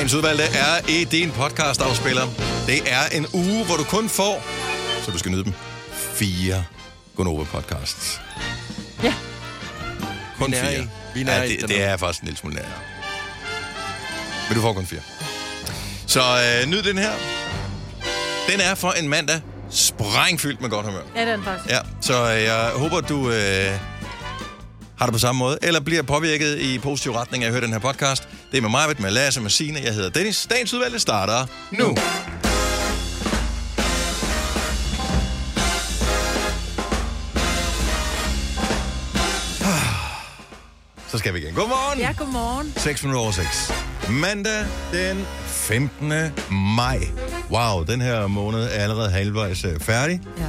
Dagens udvalgte er i din podcast-afspiller. Det er en uge, hvor du kun får, så du skal nyde dem, 4 Gonova-podcasts. Ja. Kun 4. Det er faktisk en lille smule nær. Men du får kun 4. Så nyd den her. Den er for en mandag sprængfyldt med godt humør. Ja, den faktisk. Ja, så jeg håber, du har det på samme måde, eller bliver påvirket i positiv retning af at høre den her podcast. Det er med mig, med Lasse, med Signe. Jeg hedder Dennis. Dagens udvalgte starter nu. Så skal vi igen. Godmorgen. Ja, godmorgen. 6:06. Mandag den 15. maj. Wow, den her måned er allerede halvvejs færdig. Ja.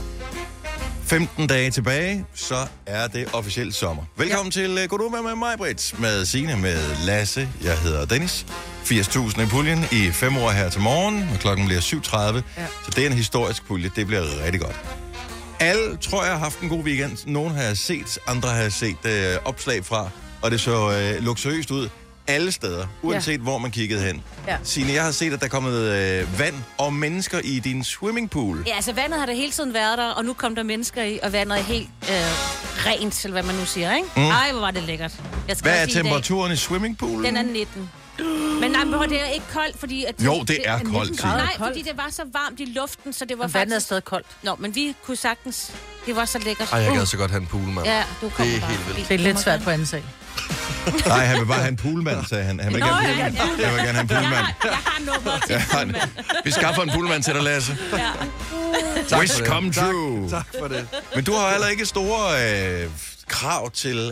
15 dage tilbage, så er det officielt sommer. Velkommen til Godmorgen med mig, Britt, med Signe, med Lasse. Jeg hedder Dennis. 80.000 i puljen i 5 år her til morgen, og klokken bliver 7:30. Ja. Så det er en historisk pulje. Det bliver rigtig godt. Alle, tror jeg, har haft en god weekend. Nogle har jeg set, andre har jeg set opslag fra, og det så luksuriøst ud alle steder, uanset hvor man kiggede hen. Ja. Signe, jeg har set, at der er kommet vand og mennesker i din swimmingpool. Ja, altså vandet har der hele tiden været der, og nu kom der mennesker i, og vandet er helt rent, eller hvad man nu siger, ikke? Ej, hvor var det lækkert. Hvad er temperaturen i swimmingpoolen? Den er 19. Men nej, det er ikke koldt, fordi... At jo, det er koldt. Nej, fordi det var så varmt i luften, så det var faktisk... Vandet er stadig koldt. Nå, men vi kunne sagtens... Det var så lækkert. Ej, jeg gad så godt have en pool, mand. Ja, du kommer det er bare. helt vildt. Det er lidt svært på anden sag. Nej, han vil bare have en poolmand, sagde han. Han vil gerne have en poolmand. Jeg har nummeret til poolmand. Vi skaffer en poolmand til dig, Lasse. Ja. Wish come true. Tak for det. Men du har heller ikke store krav til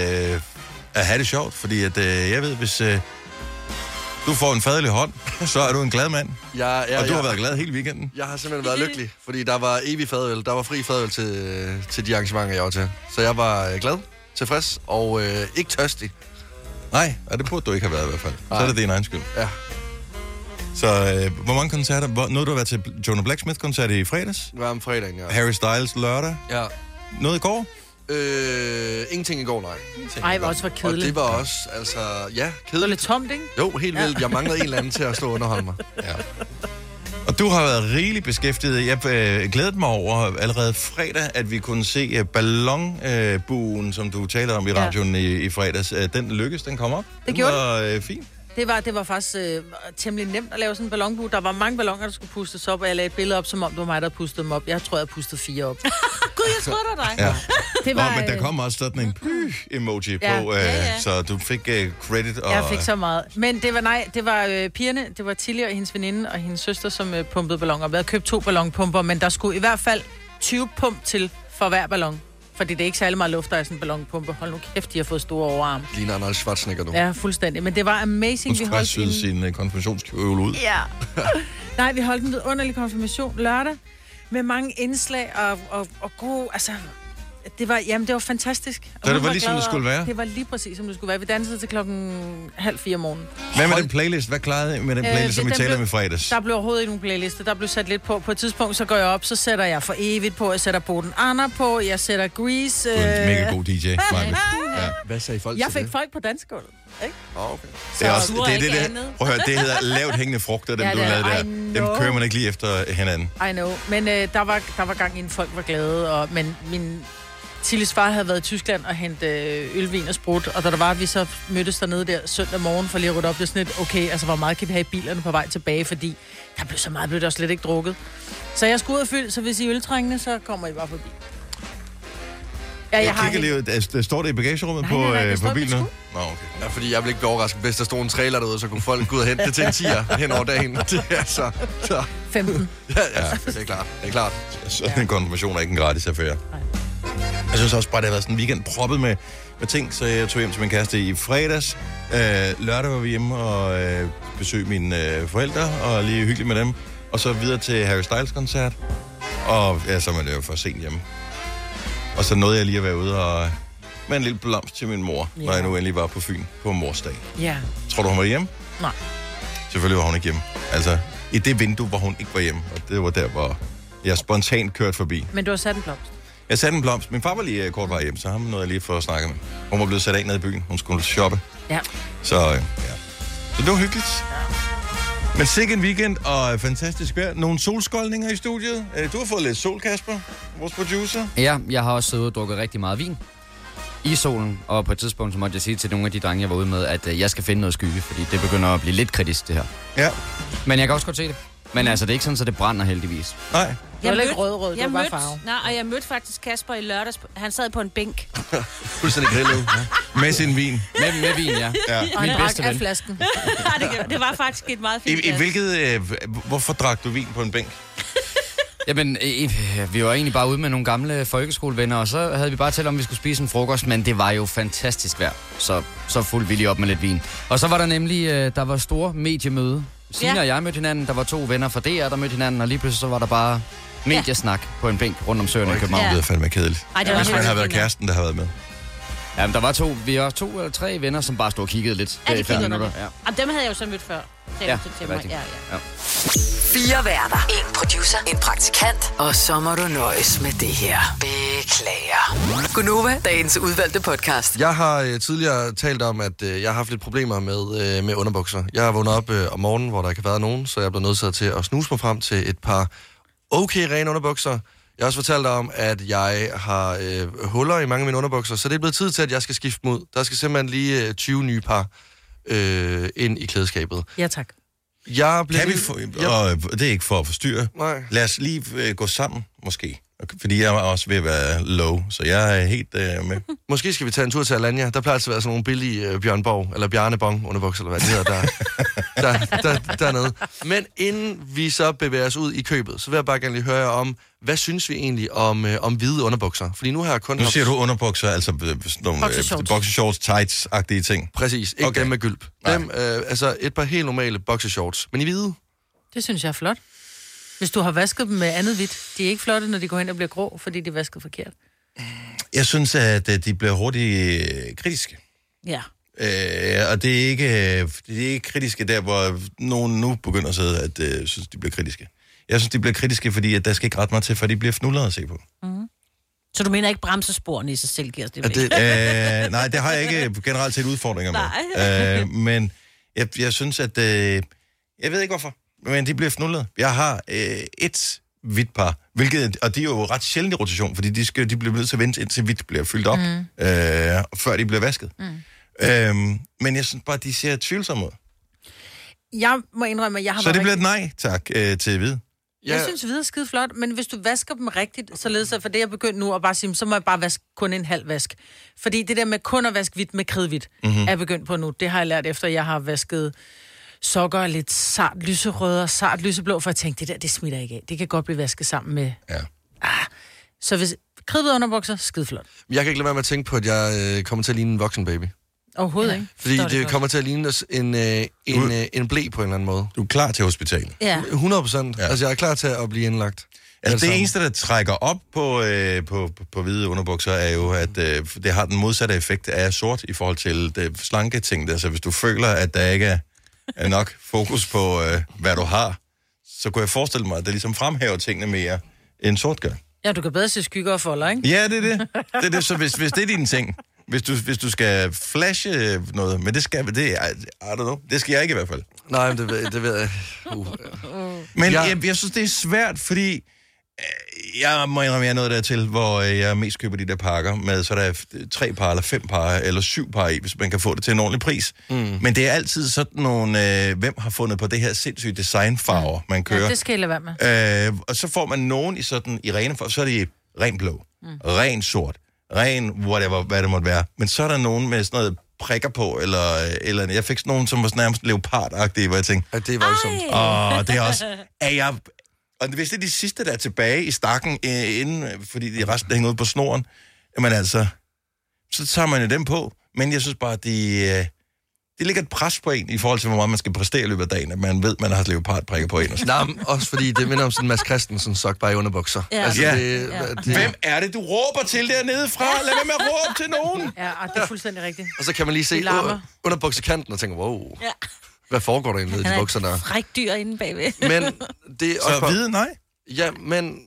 at have det sjovt, fordi at, jeg ved, hvis du får en faderlig hånd, så er du en glad mand. Og du har været glad hele weekenden. Jeg har simpelthen været lykkelig, fordi der var evig fadøl. Der var fri fadøl til de arrangementer, jeg var til. Så jeg var glad, tilfreds og ikke tørstig. Nej, og det burde du ikke have været i hvert fald. Så er det din egen skyld. Ja. Så hvor mange koncerter? Nåede du at være til Jonah Blacksmith-koncert i fredags? Det var om fredagen, ja. Harry Styles lørdag? Ja. Noget i går? Ingenting i går, nej. Ej, hvor også var kedeligt. Og det var også, altså, ja, kedeligt. Det var lidt tomt, ikke? Jo, helt vildt. Jeg manglede en eller anden til at stå og underholde mig. Ja. Og du har været rigeligt beskæftiget. Jeg glædede mig over allerede fredag, at vi kunne se ballonbuen, som du talte om i radioen i fredags. Den lykkedes, den kom op. Det gjorde var fint. Det var faktisk temmelig nemt at lave sådan en ballonbue. Der var mange balloner, der skulle pustes op, og jeg lagde et billede op, som om det var mig, der pustede dem op. Jeg tror, jeg pustede 4 op. Gud, jeg troede dig. Ja. Det var, men der kom også sådan en emoji på, så du fik credit. Og... Jeg fik så meget. Men det var pigerne, det var Tilly og hendes veninde og hendes søster, som pumpede balloner. Vi havde købt 2 ballonpumper, men der skulle i hvert fald 20 pump til for hver ballon. Fordi det er ikke særlig meget luft, der er sådan en ballonpumpe. Hold nu kæft, de har fået store overarm. Ligner Arnold Schwarzenegger nu. Ja, fuldstændig. Men det var amazing. Hun skulle syde sin konfirmationskjole ud. Ja. Nej, vi holdt en vidunderlig konfirmation lørdag. Med mange indslag og gode... Altså, det var fantastisk. Så det var ligesom det skulle være? Det var lige præcis, som det skulle være. Vi dansede til 3:30 om morgenen. Hvad med den playlist? Hvad klarede I med den playlist, som vi taler om i fredags? Der blev overhovedet ikke nogen playliste. Der blev sat lidt på. På et tidspunkt, så går jeg op, så sætter jeg For Evigt på. Jeg sætter Boden Anna på. Jeg sætter Grease. Du er en mega god DJ, Marcus. Ja. Hvad sagde folk Jeg fik folk på dansegulvet. Ikke? Okay. Det er også, det prøv at høre, det hedder lavt hængende frugter, dem du lavede der. Dem kører man ikke lige efter hinanden. I know. Men der var gang i en folk var glade. Men min... Tillys far havde været i Tyskland og hentet ølvin og sprut, og da der var, at vi så mødtes dernede der søndag morgen for lige at rydde op, det sådan lidt, okay, altså hvor meget kan vi have i bilerne på vej tilbage, fordi der blev så meget, blev der slet ikke drukket. Så jeg skulle ud og fylde, så hvis I er øltrængende, så kommer I bare forbi. Ja, jeg kigger lige, står det i bagagerummet på bilen nu? Nå, okay. Ja, fordi jeg ville ikke blive overrasket, hvis der stod en trailer derude, så kunne folk gå ud og hente det til en 10'er hen over dagen. Det er så. 15. Ja, det er klart. Det er klart. Sådan en konfirmation er ikke en gratis affære. Nej. Jeg synes også bare, det har været sådan en weekend proppet med ting, så jeg tog hjem til min kæreste i fredags. Lørdag var vi hjemme og besøgte mine forældre og lige hyggeligt med dem. Og så videre til Harry Styles-koncert. Og ja, så er man jo for sent hjemme. Og så nåede jeg lige at være ude og med en lille blomst til min mor, når jeg nu endelig var på Fyn på morsdag. Ja. Tror du, hun var hjemme? Nej. Selvfølgelig var hun ikke hjemme. Altså, i det vindue, hvor hun ikke var hjemme. Og det var der, hvor jeg spontant kørte forbi. Men du har sat en blomst? Jeg satte en blomst. Min far var lige kort vej hjem, så ham nåede jeg lige for at snakke med. Hun var blevet sat af nede i byen. Hun skulle shoppe. Ja. Så ja. Så det var hyggeligt. Men sikke en weekend og fantastisk vejr. Nogle solskoldninger i studiet. Du har fået lidt sol, Kasper, vores producer. Ja, jeg har også siddet og drukket rigtig meget vin i solen, og på et tidspunkt så måtte jeg sige til nogle af de drenge, jeg var ude med, at jeg skal finde noget skygge, fordi det begynder at blive lidt kritisk, det her. Ja. Men jeg kan også godt se det. Men altså, det er ikke sådan, at det brænder heldigvis. Nej. Det var ikke rød, det var bare farve. Nej, og jeg mødte faktisk Kasper i lørdags. Han sad på en bænk. Fuldstændig grillet. Med sin vin. Med vin, ja. Og han drak af flasken. Det var faktisk et meget fint Hvorfor drak du vin på en bænk? Jamen, vi var egentlig bare ude med nogle gamle folkeskolevenner, og så havde vi bare talt om, at vi skulle spise en frokost, men det var jo fantastisk vejr, så fuldt vi lige op med lidt vin. Og så var der nemlig, der var store mediemøde. Signe og jeg mødte hinanden, der var 2 venner fra DR, der mødte hinanden, og lige pludselig så var der bare mediesnak på en bænk rundt om søerne i København. Det er fandme kedeligt. Hvis man har været kæresten, der har været med. Jamen, der var vi var 2 eller 3 venner, som bare stod og kiggede lidt. Ja, de kiggede noget. Ja. Jamen, dem havde jeg jo så mødt før. Ja. 4 værter. 1 producer. 1 praktikant. Og så må du nøjes med det her. Beklager. Gunova, dagens udvalgte podcast. Jeg har tidligere talt om, at jeg har haft lidt problemer med underbukser. Jeg har vågnet op om morgenen, hvor der ikke har været nogen, så jeg er blevet nødt til at snuse mig frem til et par okay rene underbukser. Jeg har også fortalt om, at jeg har huller i mange af mine underbukser, så det er blevet tid til, at jeg skal skifte dem ud. Der skal simpelthen lige 20 nye par ind i klædeskabet. Ja, tak. Kan vi og det er ikke for at forstyrre. Nej. Lad os lige gå sammen, måske. Fordi jeg er også ved at være low, så jeg er helt med. Måske skal vi tage en tur til Alanya. Der plejer altså at være sådan nogle billige Bjørnborg, eller Bjarnebong underbukser, eller hvad det hedder dernede. Men inden vi så bevæger os ud i købet, så vil jeg bare gerne lige høre jer om, hvad synes vi egentlig om hvide underbukser? Fordi nu har jeg kun... Nu siger du underbukser, altså nogle boxershorts, tights-agtige ting. Præcis, ikke dem med gylp. Dem, altså et par helt normale boxershorts, men i hvide. Det synes jeg er flot. Hvis du har vasket dem med andet hvidt. De er ikke flotte, når de går hen og bliver grå, fordi de er vasket forkert. Jeg synes, at de bliver hurtigt kritiske. Ja. Og det er ikke kritiske der, hvor nogen nu begynder at sidde at synes, de bliver kritiske. Jeg synes, de bliver kritiske, fordi at der skal ikke ret meget til, for de bliver fnullede at se på. Mm-hmm. Så du mener ikke bremsesporene i sig selv giver os det? Nej, det har jeg ikke generelt set udfordringer med. Men jeg synes, at... jeg ved ikke hvorfor, men de bliver fnullede. Jeg har et hvidt par, og de er jo ret sjældent i rotation, fordi de bliver nødt til at vente, indtil hvidt bliver fyldt op, før de bliver vasket. Men jeg synes bare, de ser tvivlsomme ud. Jeg må indrømme, at jeg har... Så det bliver et nej, tak, til hvid. Jeg synes, hvid er skide flot, men hvis du vasker dem rigtigt, således for det, jeg begyndt nu at bare sige, så må jeg bare vaske kun en halv vask. Fordi det der med kun at vaske hvidt med kridhvidt, er jeg begyndt på nu. Det har jeg lært efter, jeg har vasket sokker lidt sart lyserøde og sart lyseblå, for jeg tænkte, det smitter ikke af. Det kan godt blive vasket sammen med... Ja. Så hvis kridhvide underbukser, skide flot. Jeg kan ikke lade være med at tænke på, at jeg kommer til at ligne en voksen baby. Overhovedet ikke. Fordi det kommer til at ligne os en blæ på en eller anden måde. Du er klar til hospitalet. Ja. 100%. Ja. Altså, jeg er klar til at blive indlagt. Altså, det eneste, der trækker op på hvide underbukser, er jo, at det har den modsatte effekt af sort i forhold til det slanke ting. Altså, hvis du føler, at der ikke er nok fokus på, hvad du har, så kunne jeg forestille mig, at det ligesom fremhæver tingene mere end sort gør. Ja, du kan bedre se skygger og folder, ikke? Ja, det er det. Så hvis det er din ting, hvis du skal flashe noget, men det skal jeg ikke i hvert fald. Nej, men det ved jeg. Men jeg synes, det er svært, fordi jeg må indrømme, jeg er nået dertil, hvor jeg mest køber de der pakker med, så der er 3 par, eller 5 par, eller 7 par i, hvis man kan få det til en ordentlig pris. Men det er altid sådan nogle, hvem har fundet på det her sindssyge designfarver, man kører. Ja, det skal jeg lade være med. Og så får man nogen i rene farver, så er de ren blå, ren sort, ren whatever, hvad det måtte være. Men så er der nogen med sådan noget prikker på, eller jeg fik sådan nogen, som var sådan nærmest leopardagtige, hvor jeg tænkte... Ja, det er voldsomt. Og det er også... Og hvis det er de sidste, der er tilbage i stakken, inden, fordi de resten hænger ud på snoren, jamen altså, så tager man jo dem på. Men jeg synes bare, at det ligger et pres på en, i forhold til, hvor meget man skal præstere i løbet af dagen, at man ved, at man har leopardprikker på en. Nej, også fordi det minder om sådan en Mads Christensen sok bare i underbukser. Ja. Altså, Hvem er det, du råber til dernede fra? Lad være med at råbe til nogen. Ja, det er fuldstændig rigtigt. Og så kan man lige se underbuksekanten og tænke, wow, hvad foregår der egentlig i de bukser der? Han er fræk dyr inde bagved. Men det er også så hvide, nej? Ja, men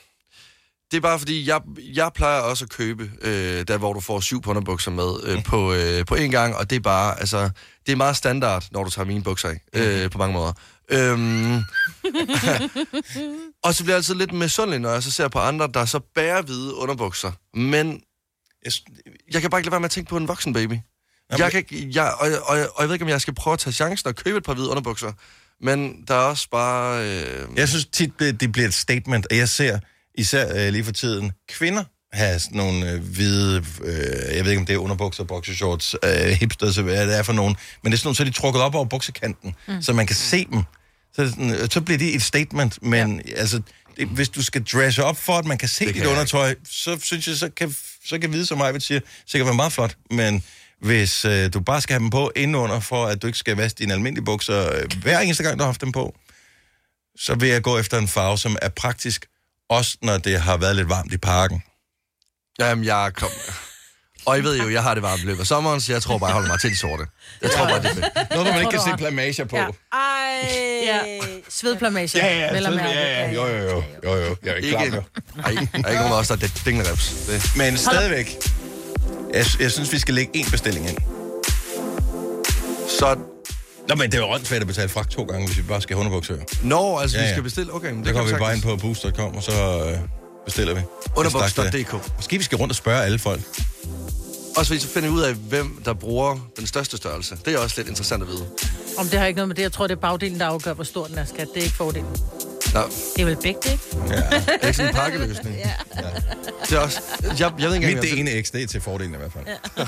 det er bare fordi, jeg plejer også at købe, der hvor du får 7 underbukser med på en gang, og det er bare, altså, det er meget standard, når du tager mine bukser af, på mange måder. Og så bliver jeg altid lidt misundelig, når jeg så ser på andre, der så bærer hvide underbukser. Men jeg kan bare ikke lade være med at tænke på en voksen baby. Jeg ved ikke, om jeg skal prøve at tage chancen og købe et par hvide underbukser. Men der er også bare... Jeg synes tit, det bliver et statement, og jeg ser især lige for tiden kvinder have sådan nogle hvide, jeg ved ikke, om det er underbukser, boxershorts, hipsters, hvad det er for nogen, men det er sådan nogle, så er de trukket op over buksekanten, så man kan se dem. Så bliver det et statement, men altså, hvis du skal dresse op for, at man kan se dit undertøj, så synes jeg, så kan vide, som mig siger, sikkert være meget flot, men hvis du bare skal have dem på indenunder, for at du ikke skal vaske dine almindelige bukser hver eneste gang, du har haft dem på, så vil jeg gå efter en farve, som er praktisk, også når det har været lidt varmt i parken. Jamen, jeg kom... Og I ved jo, jeg har det varmt løb af sommeren, så jeg tror bare, jeg holder mig til de sorte. Jeg tror bare, det er fedt. Noget, hvor man ikke kan se plamager på. Ja. Svedplamager. Ja, jo. Jeg er ikke klar med. Der er ikke nogen af os, der er dinglereps. Men stadigvæk, jeg synes, vi skal lægge en bestilling ind. Så... Nå, men det er jo åndssvagt at betale fragt 2 gange, hvis vi bare skal have underbukser. Nå, altså vi skal bestille? Okay, men det kommer vi bare ind på boost.com, og så bestiller vi. Underbox.dk. Måske vi skal rundt og spørge alle folk. Også fordi så finder vi ud af, hvem der bruger den største størrelse. Det er også lidt interessant at vide. Om det har ikke noget med det. Jeg tror, det er bagdelen, der afgør, hvor stor den er, skat. Det er ikke fordelen. Nå. Det er vel begge, det, ikke? Ja. Det er ikke sådan en pakkeløsning. Ja. Det er også... Jeg ved ikke engang... Mit det ene X, det er til fordelen i hvert fald. Ja.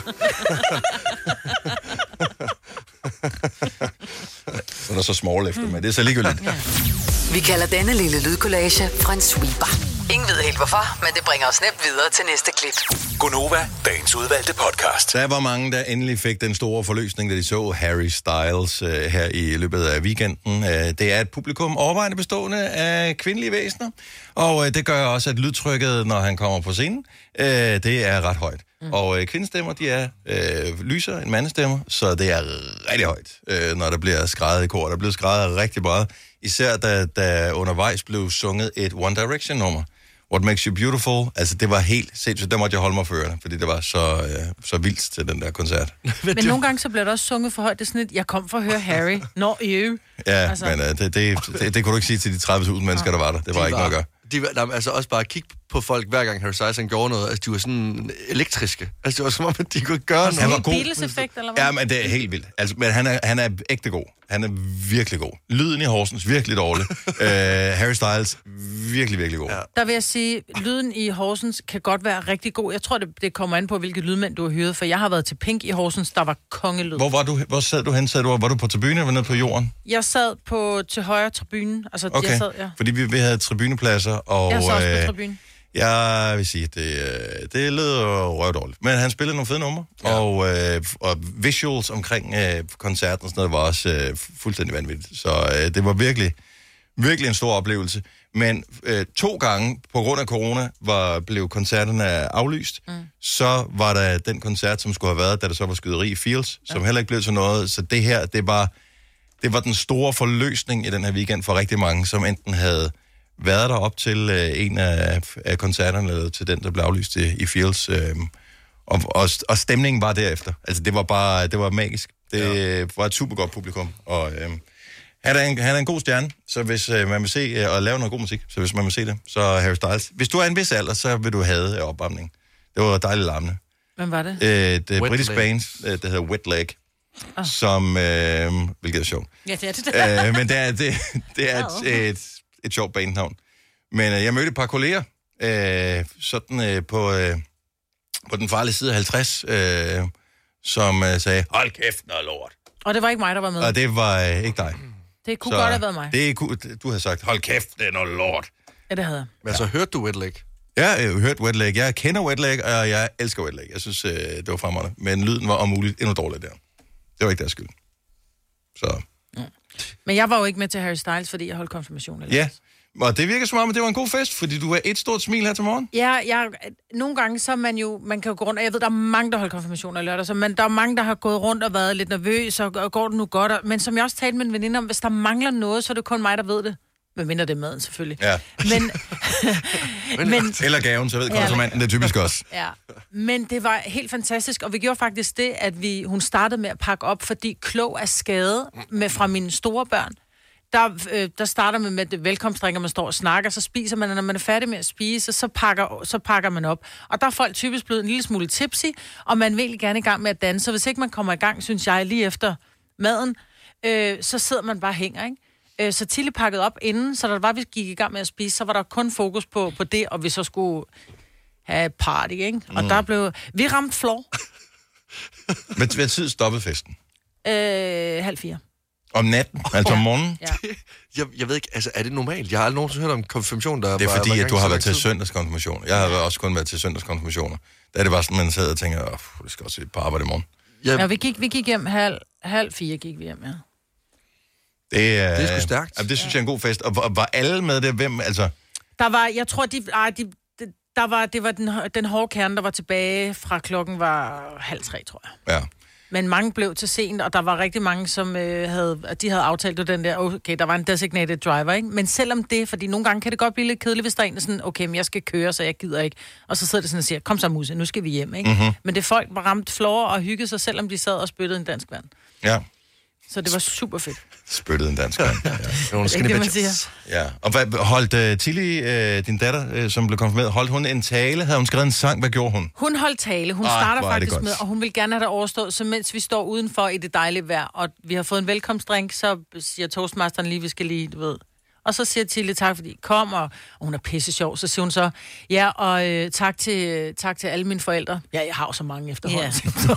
Så er der så small efter, men det er så ligegyldigt. Ja. Vi kalder denne lille lydkollage en sweeper. Ingen ved helt hvorfor, men det bringer os nemt videre til næste klip. Gonova, dagens udvalgte podcast. Der var mange, der endelig fik den store forløsning, da de så Harry Styles her i løbet af weekenden. Det er et publikum overvejende bestående af kvindelige væsener, og det gør også, at lydtrykket, når han kommer på scenen, det er ret højt. Og kvindestemmer, de er lysere end mandestemmer, så det er rigtig højt, når der bliver skreget i kor. Der bliver skreget rigtig meget, især da undervejs blev sunget et One Direction-nummer. What Makes You Beautiful, altså det var helt sindssygt, der måtte jeg holde mig for ørerne, fordi det var så vildt til den der koncert. Men nogle gange så bliver det også sunget for højt, det er sådan et, jeg kom for at høre Harry, not you. Ja, altså. Men det kunne du ikke sige til de 30.000 mennesker, der var der. Det var ikke noget at gøre. Altså også bare kigge på folk, hver gang Harry Styles gjorde noget, altså de var sådan elektriske. Altså det var som om, at de kunne gøre noget. Han var god. Beatles-effekt, eller hvad? Ja, men det er helt vildt. Altså, men han er ægte god. Han er virkelig god. Lyden i Horsens, virkelig dårlig. Harry Styles, virkelig, virkdig god. Ja. Der vil jeg sige, lyden i Horsens kan godt være rigtig god. Jeg tror, det kommer an på, hvilket lydmænd du har hørt, for jeg har været til Pink i Horsens, der var kongelyd. Hvor sad du hen? Var du på tribunen eller nede på jorden? Jeg sad til højre tribunen. Altså, okay, jeg sad, ja. Fordi vi havde tribunepladser, og... Jeg sad også på tribunen. Jeg vil sige, det lød røvdårligt. Men han spillede nogle fede numre, ja. Og visuals omkring koncerten og sådan noget var også fuldstændig vanvittigt. Så det var virkelig, virkelig en stor oplevelse. Men 2 gange på grund af corona blev koncerterne aflyst. Så var der den koncert, som skulle have været, da der så var skyderi i Fields, som heller ikke blev til noget. Så det her, det var den store forløsning i den her weekend for rigtig mange, som enten havde været der op til en af koncerterne, eller til den, der blev aflyst i Fields. Og stemningen var derefter. Altså, det var magisk. Det var et super godt publikum. Og han er en god stjerne, så hvis man vil se og lave noget god musik, så hvis man vil se det, så Harry Styles. Hvis du er en vis alder, så vil du have opvarmning. Det var dejligt larmende. Hvem var det? Det britiske band, der hedder Wet Leg, som, hvilket er sjovt. Ja, det er det. Men det er et sjovt bandnavn. Men jeg mødte et par kolleger, på den farlige side af 50, som sagde, hold kæft, noget lort. Og det var ikke mig, der var med. Og det var ikke dig. Det kunne godt have været mig. Du havde sagt, hold kæft, det er noget lort. Ja, det havde jeg. Men så hørte du Wet Leg? Ja, jeg har hørt Wet Leg. Jeg kender Wet Leg, og jeg elsker Wet Leg. Jeg synes, det var fremragende. Men lyden var om muligt endnu dårligere der. Det var ikke deres skyld. Så... Men jeg var jo ikke med til Harry Styles, fordi jeg holdt konfirmation. Ja, og det virker som om, at det var en god fest, fordi du har et stort smil her til morgen. Ja, nogle gange så man kan jo gå rundt, og jeg ved, der er mange, der holder konfirmationer lørdag, men der er mange, der har gået rundt og været lidt nervøs, og går det nu godt. Men som jeg også talte med en veninde om, hvis der mangler noget, så er det kun mig, der ved det. Men mindre det er maden, selvfølgelig. Ja. Men eller gaven, så ved konsumanten det typisk også. Ja, men det var helt fantastisk, og vi gjorde faktisk det, at hun startede med at pakke op, fordi Klog er skadet fra mine store børn. der starter man med det velkomstdrink, og man står og snakker, så spiser man, og når man er færdig med at spise, så pakker man op. Og der er folk typisk blevet en lille smule tipsy, og man vil gerne i gang med at danse. Hvis ikke man kommer i gang, synes jeg, lige efter maden, så sidder man bare og hænger, ikke? Så Tilly pakket op inden, så da vi gik i gang med at spise, så var der kun fokus på det, og vi så skulle have party, ikke? Og der blev... Vi ramte floor. Hvad tid stoppede festen? 3:30. Om natten? Altså om morgenen? Ja. Jeg ved ikke, altså er det normalt? Jeg har aldrig nogensinde hørt om konfirmation, der det er fordi, at du har været til tid. søndagskonfirmation. Jeg har også kun været til søndagskonfirmationer. Der er det bare sådan, man sad og tænker, det skal også på arbejde i morgen. Ja, vi gik hjem 3:30 gik vi hjem, ja. Det er sgu stærkt. Det synes jeg er en god fest. Og var alle med det? Hvem, altså? Der var, jeg tror, det var den hårde kerne, der var tilbage fra klokken var 2:30, tror jeg. Ja. Men mange blev til sent, og der var rigtig mange, som havde aftalt den der, okay, der var en designated driver, ikke? Men selvom det, fordi nogle gange kan det godt blive lidt kedeligt, hvis der er en, der sådan, okay, men jeg skal køre, så jeg gider ikke. Og så sidder det sådan og siger, kom så Musse, nu skal vi hjem, ikke? Mm-hmm. Men det folk var ramt floor og hyggede sig, selvom de sad og spyttede en dansk vand. Ja. Så det var super fedt. Spyttede en dansk vand. Det er ikke det, man siger. Ja. Og holdt Tilly, din datter, som blev konfirmeret, holdt hun en tale? Havde hun skrevet en sang? Hvad gjorde hun? Hun holdt tale. Hun starter faktisk med, og hun vil gerne have det overstået, så mens vi står udenfor i det dejlige vejr, og vi har fået en velkomstdrink, så siger toastmasteren lige, vi skal lige, du ved. Og så siger Tilly tak, fordi kom, og hun er pisse sjov. Så siger hun så, ja, og tak til alle mine forældre. Ja, jeg har jo så mange efterhånden.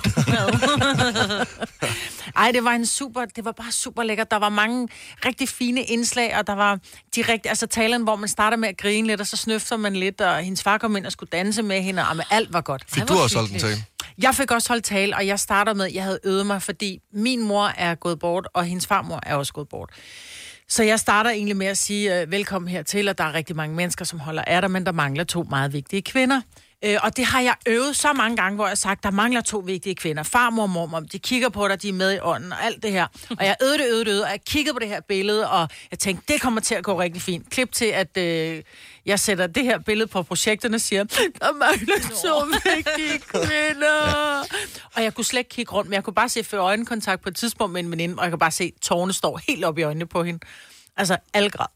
Yeah. Ej, det var bare super lækkert. Der var mange rigtig fine indslag, og der var altså talen, hvor man starter med at grine lidt, og så snøfter man lidt, og hendes far kom ind og skulle danse med hende, og alt var godt. Fik du også holdt en tale? Jeg fik også holdt tale, og jeg starter med, at jeg havde øvet mig, fordi min mor er gået bort, og hendes farmor er også gået bort. Så jeg starter egentlig med at sige velkommen hertil, og der er rigtig mange mennesker, som holder af dig, men der mangler 2 meget vigtige kvinder. Og det har jeg øvet så mange gange, hvor jeg har sagt, der mangler 2 vigtige kvinder. Farmor og mormor, de kigger på dig, de er med i ånden og alt det her. Og jeg øvede, og jeg kiggede på det her billede, og jeg tænkte, det kommer til at gå rigtig fint. Klip til, at jeg sætter det her billede på projekterne og siger, der mangler 2 vigtige kvinder. Og jeg kunne slet ikke kigge rundt, men jeg kunne bare se for øjenkontakt på et tidspunkt med en veninde, og jeg kunne bare se, at tårerne står helt op i øjnene på hende. Altså, algrad.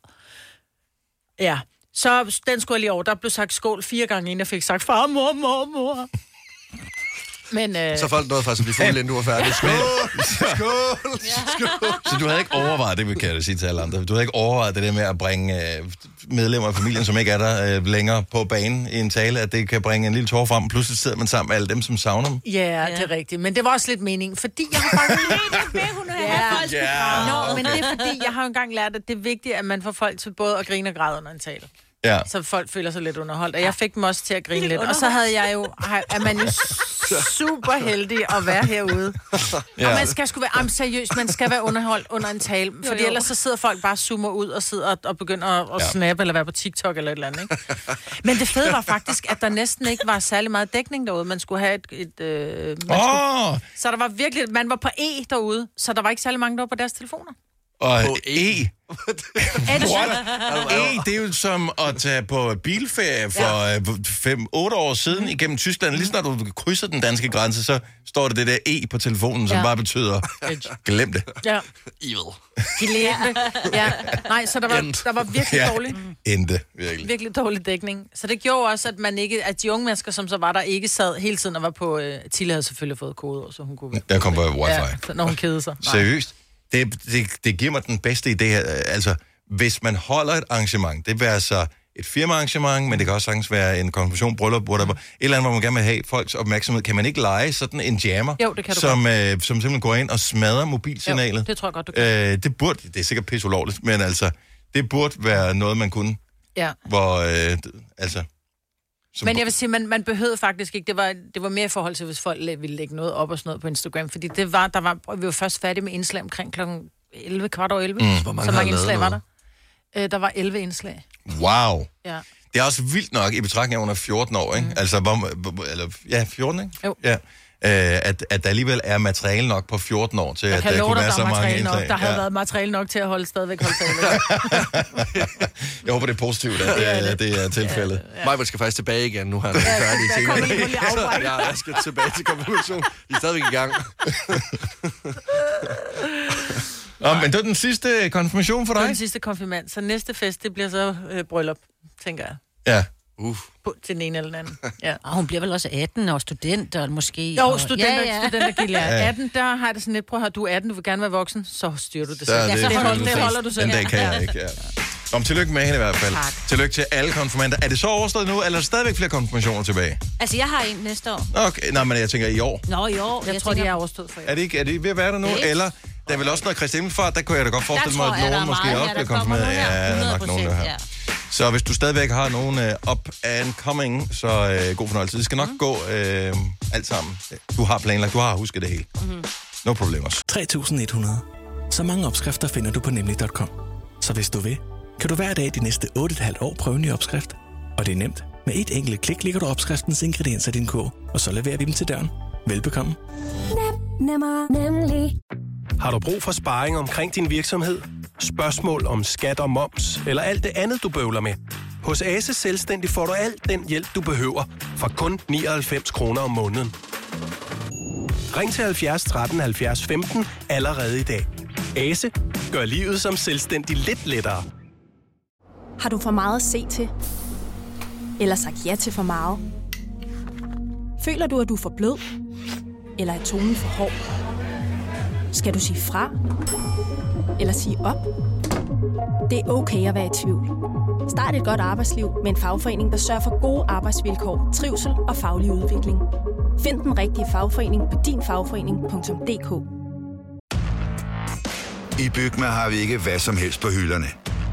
Ja. Så den skulle jeg lige over. Der blev sagt skål 4 gange, inden jeg fik sagt far, mor. Men, så folk nåede faktisk at blive fulde, inden du var færdig. Skål! Så du havde ikke overvejet, det kan jeg sige til alle andre, du havde ikke overvejet det der med at bringe medlemmer af familien, som ikke er der længere på banen i en tale, at det kan bringe en lille tår frem, pludselig sidder man sammen med alle dem, som savner dem? Ja, det er rigtigt. Men det var også lidt meningen, fordi jeg har faktisk... men det er fordi, jeg har engang lært, at det er vigtigt, at man får folk til både at grine og græde under en tale. Ja. Så folk føler sig lidt underholdt. Og jeg fik dem også til at grine lidt. Og så havde jeg jo... Er man jo super heldig at være herude. Ja. Og man skal sgu være... seriøst, man skal være underholdt under en tale. Fordi ellers så sidder folk bare zoomer ud og sidder og begynder at snappe eller være på TikTok eller et eller andet, ikke? Men det fede var faktisk, at der næsten ikke var særlig meget dækning derude. Man skulle have så der var virkelig... Man var på E derude, så der var ikke særlig mange, der var på deres telefoner. Og E. Det er jo som at tage på bilferie for 5-8 år siden igennem Tyskland. Lige snart du krydser den danske grænse, så står det der E på telefonen, som bare betyder, glem det. Ja. Evil. Glemte. Ja. Nej, så der var virkelig dårligt. Endte, virkelig. Virkelig dårlig dækning. Så det gjorde også, at de unge mennesker, som så var der, ikke sad hele tiden og var på... Tille havde selvfølgelig fået kode, så hun kunne... Der kom på wifi. Ja, når hun kedede sig. Nej. Seriøst? Det giver mig den bedste idé her. Altså, hvis man holder et arrangement, det vil altså et firmaarrangement, men det kan også sagtens være en konfirmation, bryllup, whatever. Et eller andet, hvor man gerne vil have folks opmærksomhed. Kan man ikke lege sådan en jammer, jo, det kan du som simpelthen går ind og smadrer mobilsignalet? Jo, det tror jeg godt, du kan. Det er sikkert pisse ulovligt, men altså, det burde være noget, man kunne. Ja. Hvor, men jeg vil sige, man behøvede faktisk ikke, det var mere i forhold til, hvis folk ville lægge noget op og sådan noget på Instagram, fordi vi var først færdige med indslag omkring klokken 11, 11:15. Hvor mange indslag var der? Der var 11 indslag. Wow. Ja. Det er også vildt nok i betragtning af under 14 år, ikke? Altså, 14, ikke? Jo. Ja. At der alligevel er materiale nok på 14 år til, at der kunne være så mange indslag. Der havde været materiale nok til at stadigvæk holde tale. Jeg håber, det er positivt, at det er tilfældet. Majbert skal faktisk tilbage igen, nu har han færdig senere. Jeg skal tilbage til konfirmation. De er stadigvæk i gang. Men det var den sidste konfirmation for Det dig? er den sidste konfirmand. Så næste fest, det bliver så bryllup, tænker jeg. Ja. Til den ene eller den anden. Ja. Og hun bliver vel også 18 og student, og måske... Jo, og... studentergilder. 18, der har jeg det sådan lidt, prøv at høre, du er 18, du vil gerne være voksen, så styrer du det selv. Ja, det holder du selv. Den dag kan jeg ikke, ja. Om tillykke med hende i hvert fald. Tak. Tillykke til alle konfirmander. Er det så overstået nu, eller er der stadigvæk flere konfirmationer tilbage? Altså, jeg har en næste år. Okay, nej, men jeg tænker i år. Nå, i år. Jeg tror, de er overstået for jer. Er det ved at være der nu? Eller der er vel også noget Kristi Himmelfart, der kunne jeg da godt forestille mig, at nogen måske også bliver konfirmeret. Ja, der er nok nogen, der her. Så hvis du stadigvæk har nogen up and coming, så god fornøjelse. Det skal nok gå alt sammen. Du har planlagt, du har husket det hele. No problemer. 3.100. Så mange opskrifter finder du på nemlig.com. Så hvis du vil, kan du hver dag de næste 8,5 år prøve en ny opskrift. Og det er nemt. Med et enkelt klik ligger du opskriftens ingredienser i din kog, og så leverer vi dem til døren. Velbekomme. Nemlig. Har du brug for sparring omkring din virksomhed? Spørgsmål om skat og moms, eller alt det andet, du bøvler med? Hos Ase Selvstændig får du alt den hjælp, du behøver, for kun 99 kroner om måneden. Ring til 70 13 70 15 allerede i dag. Ase gør livet som selvstændig lidt lettere. Har du for meget at se til? Eller sagt ja til for meget? Føler du, at du er for blød? Eller er tonen for hård? Skal du sige fra? Eller sige op? Det er okay at være i tvivl. Start et godt arbejdsliv med en fagforening, der sørger for gode arbejdsvilkår, trivsel og faglig udvikling. Find den rigtige fagforening på dinfagforening.dk. I Bygma har vi ikke hvad som helst på hylderne.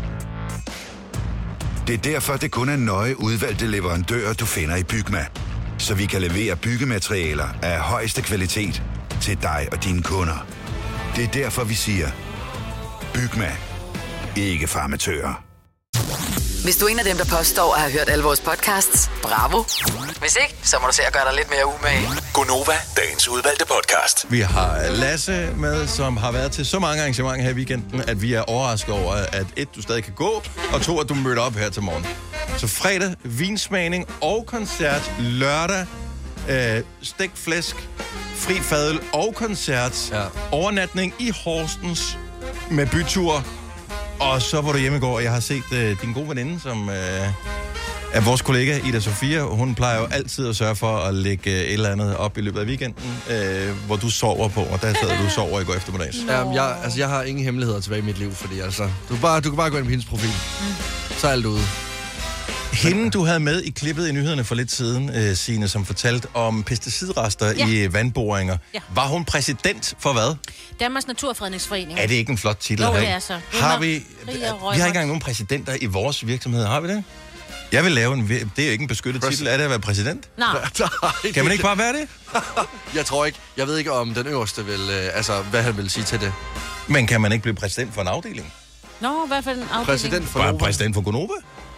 Det er derfor, det kun er nøje udvalgte leverandører, du finder i Bygma. Så vi kan levere byggematerialer af højeste kvalitet til dig og dine kunder. Det er derfor, vi siger, Bygma. Ikke farmatører. Hvis du er en af dem, der påstår at have hørt alle vores podcasts, bravo. Hvis ikke, så må du se at gøre dig lidt mere umage. Gonova, dagens udvalgte podcast. Vi har Lasse med, som har været til så mange arrangementer her i weekenden, at vi er overrasket over, at 1, du stadig kan gå, og 2, at du mødte op her til morgen. Så fredag, vinsmagning og koncert. Lørdag, stegt flæsk, fri fadøl og koncert. Ja. Overnatning i Horsens med bytur. Og så var du hjemme i går, og jeg har set din gode veninde, som er vores kollega Ida Sofia. Hun plejer jo altid at sørge for at lægge et eller andet op i løbet af weekenden, hvor du sover på, og der sad du sover i går eftermiddags. Jeg har ingen hemmeligheder tilbage i mit liv, fordi altså, du kan bare gå ind på hendes profil. Så er alt ude. Hende, du havde med i klippet i nyhederne for lidt siden, Signe, som fortalte om pesticidrester i vandboringer. Ja. Var hun præsident for hvad? Danmarks Naturfredningsforening. Er det ikke en flot titel? Jo, det er så. Vi har ikke engang nogen præsidenter i vores virksomhed, har vi det? Jeg vil lave det er jo ikke en beskyttet titel, er det at være præsident? Nej. Kan man ikke bare være det? Jeg tror ikke. Jeg ved ikke, om den øverste vil, hvad han vil sige til det. Men kan man ikke blive præsident for en afdeling? Nå, i hvert fald en afdeling. Præsident for Nova. Præsident for Gonova?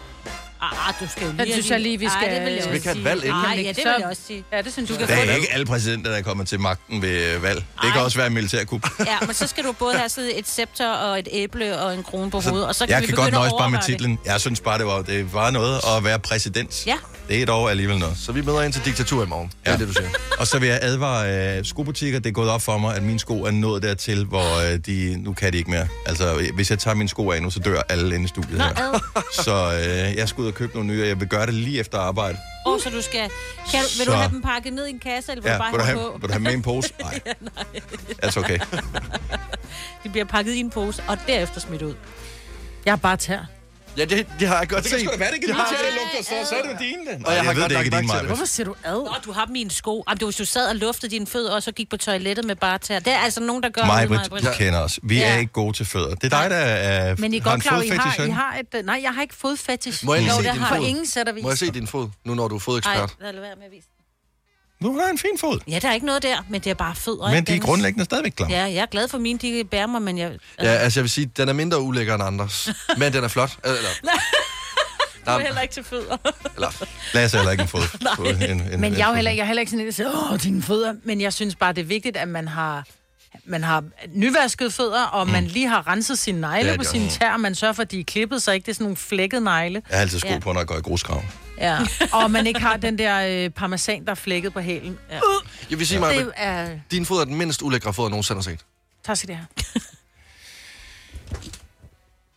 Du skal jo lige... Jeg synes jeg lige, vi skal... det vil jeg vi ikke have et valg, ikke? Ja, det vil jeg også sige. Ja, det synes du kan. Det er ikke alle præsidenter, der kommer til magten ved valg. Det kan også være en militærkup. Ja, men så skal du både have sådan et scepter og et æble og en krone på hovedet, og så kan jeg vi kan godt nøjes bare med titlen. Jeg synes bare, det var noget at være præsident. Ja. Det er dog alligevel noget. Så vi møder ind til diktatur i morgen. Ja. Det er det, du siger. Og så vil jeg advare skobutikker. Det er gået op for mig, at mine sko er nået dertil, hvor nu kan de ikke mere. Altså, hvis jeg tager mine sko af nu, så dør alle inde i studiet her. Så jeg skal ud og købe nogle nye, og jeg vil gøre det lige efter arbejde. Så du skal... Vil du have dem pakket ned i en kasse, eller vil du bare have på? Vil du have med en pose? Nej. Altså okay. De bliver pakket i en pose, og derefter smidt ud. Jeg har bare tær. Ja, det har jeg godt set. Det kan sgu da være, det kan lige tær, det lugter, så er det jo dine. Og jeg ved det ikke, din Maja. Hvorfor siger du ad? Nå, du har dem i en sko. Hvis du sad og luftede dine fødder, og så gik på toilettet med bare tær. Det er altså nogen, der gør Maj-Brit, du kender os. Vi er ikke gode til fødder. Det er dig, der er men I er godt klar, I har et... Nej, jeg har ikke fodfetish. Må jeg se din fod? Ingen sætter vis. Må jeg se din fod, nu når du er fodekspert? Nej, lad være med at vise. Nu har en fin fod. Ja, der er ikke noget der, men det er bare fødder. Men de er grundlæggende stadigvæk klar. Ja, jeg er glad for mine, de bærer mig, men jeg... Ja, altså jeg vil sige, den er mindre ulækker end andres. Men den er flot. Eller... Du er heller ikke til fødder. Lasse er heller ikke en fod. Men jeg er heller ikke sådan en, der siger, dine fødder. Men jeg synes bare, det er vigtigt, at man har nyvaskede fødder, og man lige har renset sine negle på sine tær, og man sørger for, at de er klippet, så ikke det er sådan nogle flækkede negle. Jeg har altid sko på, når jeg går i grusgraven. Ja, og man ikke har den der parmesan, der er flækket på hælen. Ja. Jeg vil sige, Maja, din fod er den mindst ulækre fod, jeg nogensinde har set. Tak skal det have.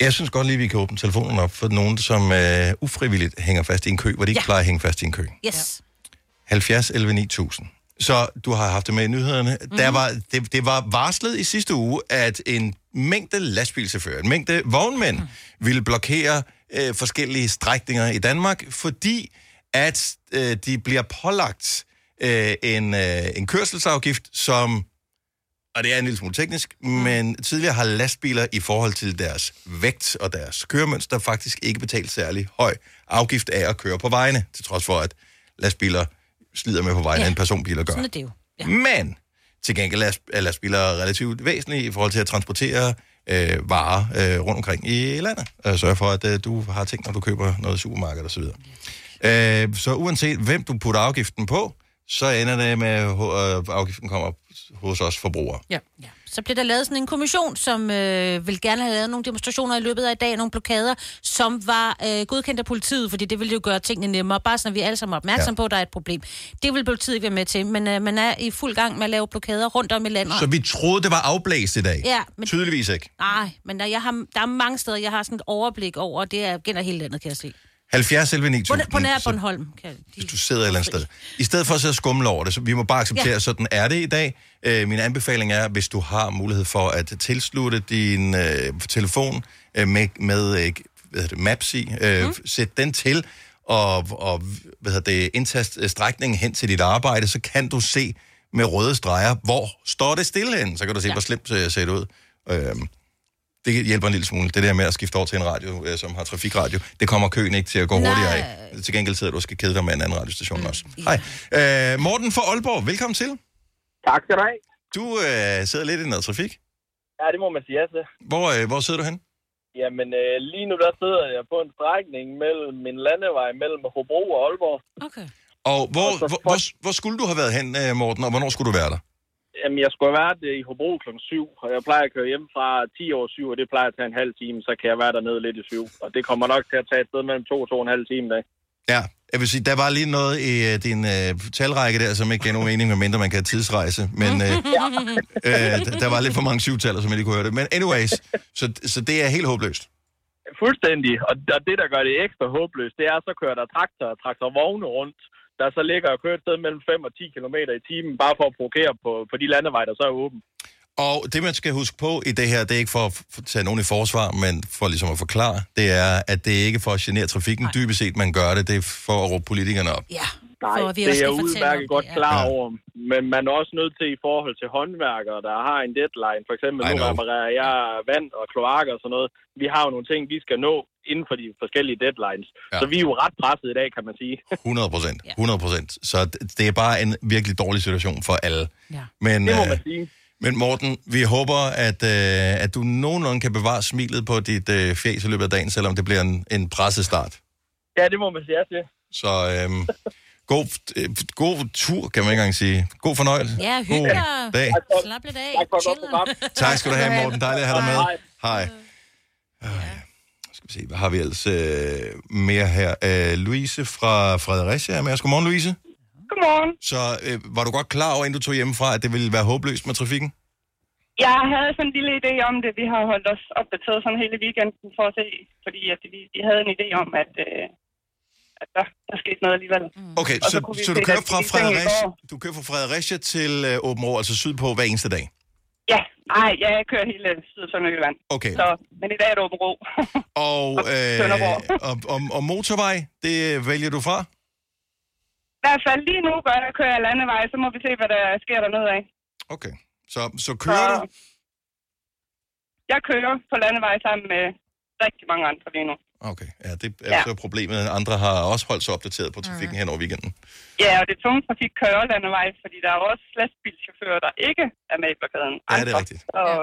Jeg synes godt lige, vi kan åbne telefonen op for nogen, som ufrivilligt hænger fast i en kø, hvor de ikke plejer at hænge fast i en kø. Yes. 70 11 9000. Så du har haft det med i nyhederne. Det var varslet i sidste uge, at en mængde lastbilchauffører, en mængde vognmænd, ville blokere forskellige strækninger i Danmark, fordi at de bliver pålagt en kørselsafgift, som, og det er en lille smule teknisk, men tidligere har lastbiler i forhold til deres vægt og deres køremønster faktisk ikke betalt særlig høj afgift af at køre på vejene, til trods for, at lastbiler slider med på vejene, end personbiler gør. Sådan er det jo. Ja. Men til gengæld er lastbiler relativt væsentlige i forhold til at transportere varer rundt omkring i landet. Sørg for, at du har ting, når du køber noget supermarked osv. Så uanset hvem du putter afgiften på, så ender det med, at afgiften kommer hos os forbrugere. Ja. Så bliver der lavet sådan en kommission, som vil gerne have lavet nogle demonstrationer i løbet af i dag, nogle blokader, som var godkendt af politiet, fordi det ville jo gøre tingene nemmere. Bare sådan, at vi alle sammen er opmærksom på, at der er et problem. Det vil politiet ikke være med til, men man er i fuld gang med at lave blokader rundt om i landet. Så vi troede, det var afblæst i dag? Ja. Men, tydeligvis ikke? Nej, men der er mange steder, jeg har sådan et overblik over, og det gælder hele landet, kan jeg se. 70 11 9000. På nær Bornholm. Hvis du sidder et eller andet sted. I stedet for at sidde og skumle over det, så vi må bare acceptere, sådan er det i dag. Min anbefaling er, hvis du har mulighed for at tilslutte din telefon med Maps i, sæt den til, og indtast strækningen hen til dit arbejde, så kan du se med røde streger, hvor står det stille hen. Så kan du se, hvor slemt ser det ud. Det hjælper en lille smule. Det der med at skifte over til en radio, som har trafikradio, det kommer køen ikke til at gå hurtigere af. Til gengæld sidder du og skal kede dig med en anden radiostation også. Hej. Morten fra Aalborg, velkommen til. Tak skal du have. Du sidder lidt i noget trafik. Ja, det må man sige ja til. Hvor sidder du hen? Jamen, lige nu der sidder jeg på en strækning mellem min landevej mellem Hobro og Aalborg. Okay. Og hvor skulle du have været hen, Morten, og hvornår skulle du være der? Jamen, jeg skulle have været i Hobro kl. 7, og jeg plejer at køre hjem fra 10 over 7, og det plejer at tage en halv time, så kan jeg være dernede lidt i 7. Og det kommer nok til at tage et sted mellem 2 og 2,5 timer i dag. Ja, jeg vil sige, der var lige noget i din talrække der, som ikke gav nogen mening, medmindre man kan tidsrejse. Men der var lidt for mange syvtaller, som jeg ikke kunne høre det. Men anyways, så det er helt håbløst. Fuldstændig. Og det, der gør det ekstra håbløst, det er, så kører der traktorvogne rundt, der så ligger og kører et sted mellem 5 og 10 km i timen, bare for at provokere på de landeveje, der så er åbent. Og det, man skal huske på i det her, det er ikke for at tage nogen i forsvar, men for ligesom at forklare, det er, at det er ikke for at genere trafikken. Dybest set, man gør det, det er for at råbe politikerne op. Ja. Nej, det er jeg udmærket godt klar over. Men man er også nødt til i forhold til håndværkere, der har en deadline. For eksempel nu reparerer jeg vand og kloakker og sådan noget. Vi har jo nogle ting, vi skal nå inden for de forskellige deadlines. Ja. Så vi er jo ret presset i dag, kan man sige. 100%. Så det er bare en virkelig dårlig situation for alle. Ja. Men, det må man sige. Men Morten, vi håber, at du nogenlunde kan bevare smilet på dit fjes i løbet af dagen, selvom det bliver en presset start. Ja, det må man sige til. Så god tur, kan man ikke engang sige. God fornøjelse. Ja, hygge dag. Slap lidt af. Tak skal du have, Morten. Dejligt at have dig med. Hej. Skal vi se, hvad har vi ellers mere her? Louise fra Fredericia er med os. Godmorgen, Louise. Godmorgen. Så var du godt klar over, inden du tog hjemmefra, at det ville være håbløst med trafikken? Jeg havde sådan en lille idé om det. Vi har holdt os opdateret sådan hele weekenden for at se, fordi at vi havde en idé om, at der skete noget alligevel. Okay, så du kører fra Fredericia til Aabenraa, altså sydpå hver eneste dag? Ja, nej, jeg kører hele syd- og Sønderjylland. Okay. Men i dag er det Aabenraa. Og motorvej, det vælger du fra? I hvert fald lige nu kører jeg landevej, så må vi se, hvad der sker dernede af. Okay, så kører du? Jeg kører på landevej sammen med rigtig mange andre lige nu. Okay, ja, det er så problemet. Andre har også holdt sig opdateret på trafikken hen over weekenden. Ja, og det tunge trafik kører også landevej, fordi der er også lastbilchauffører, der ikke er med i blokaden. Ja, det er rigtigt.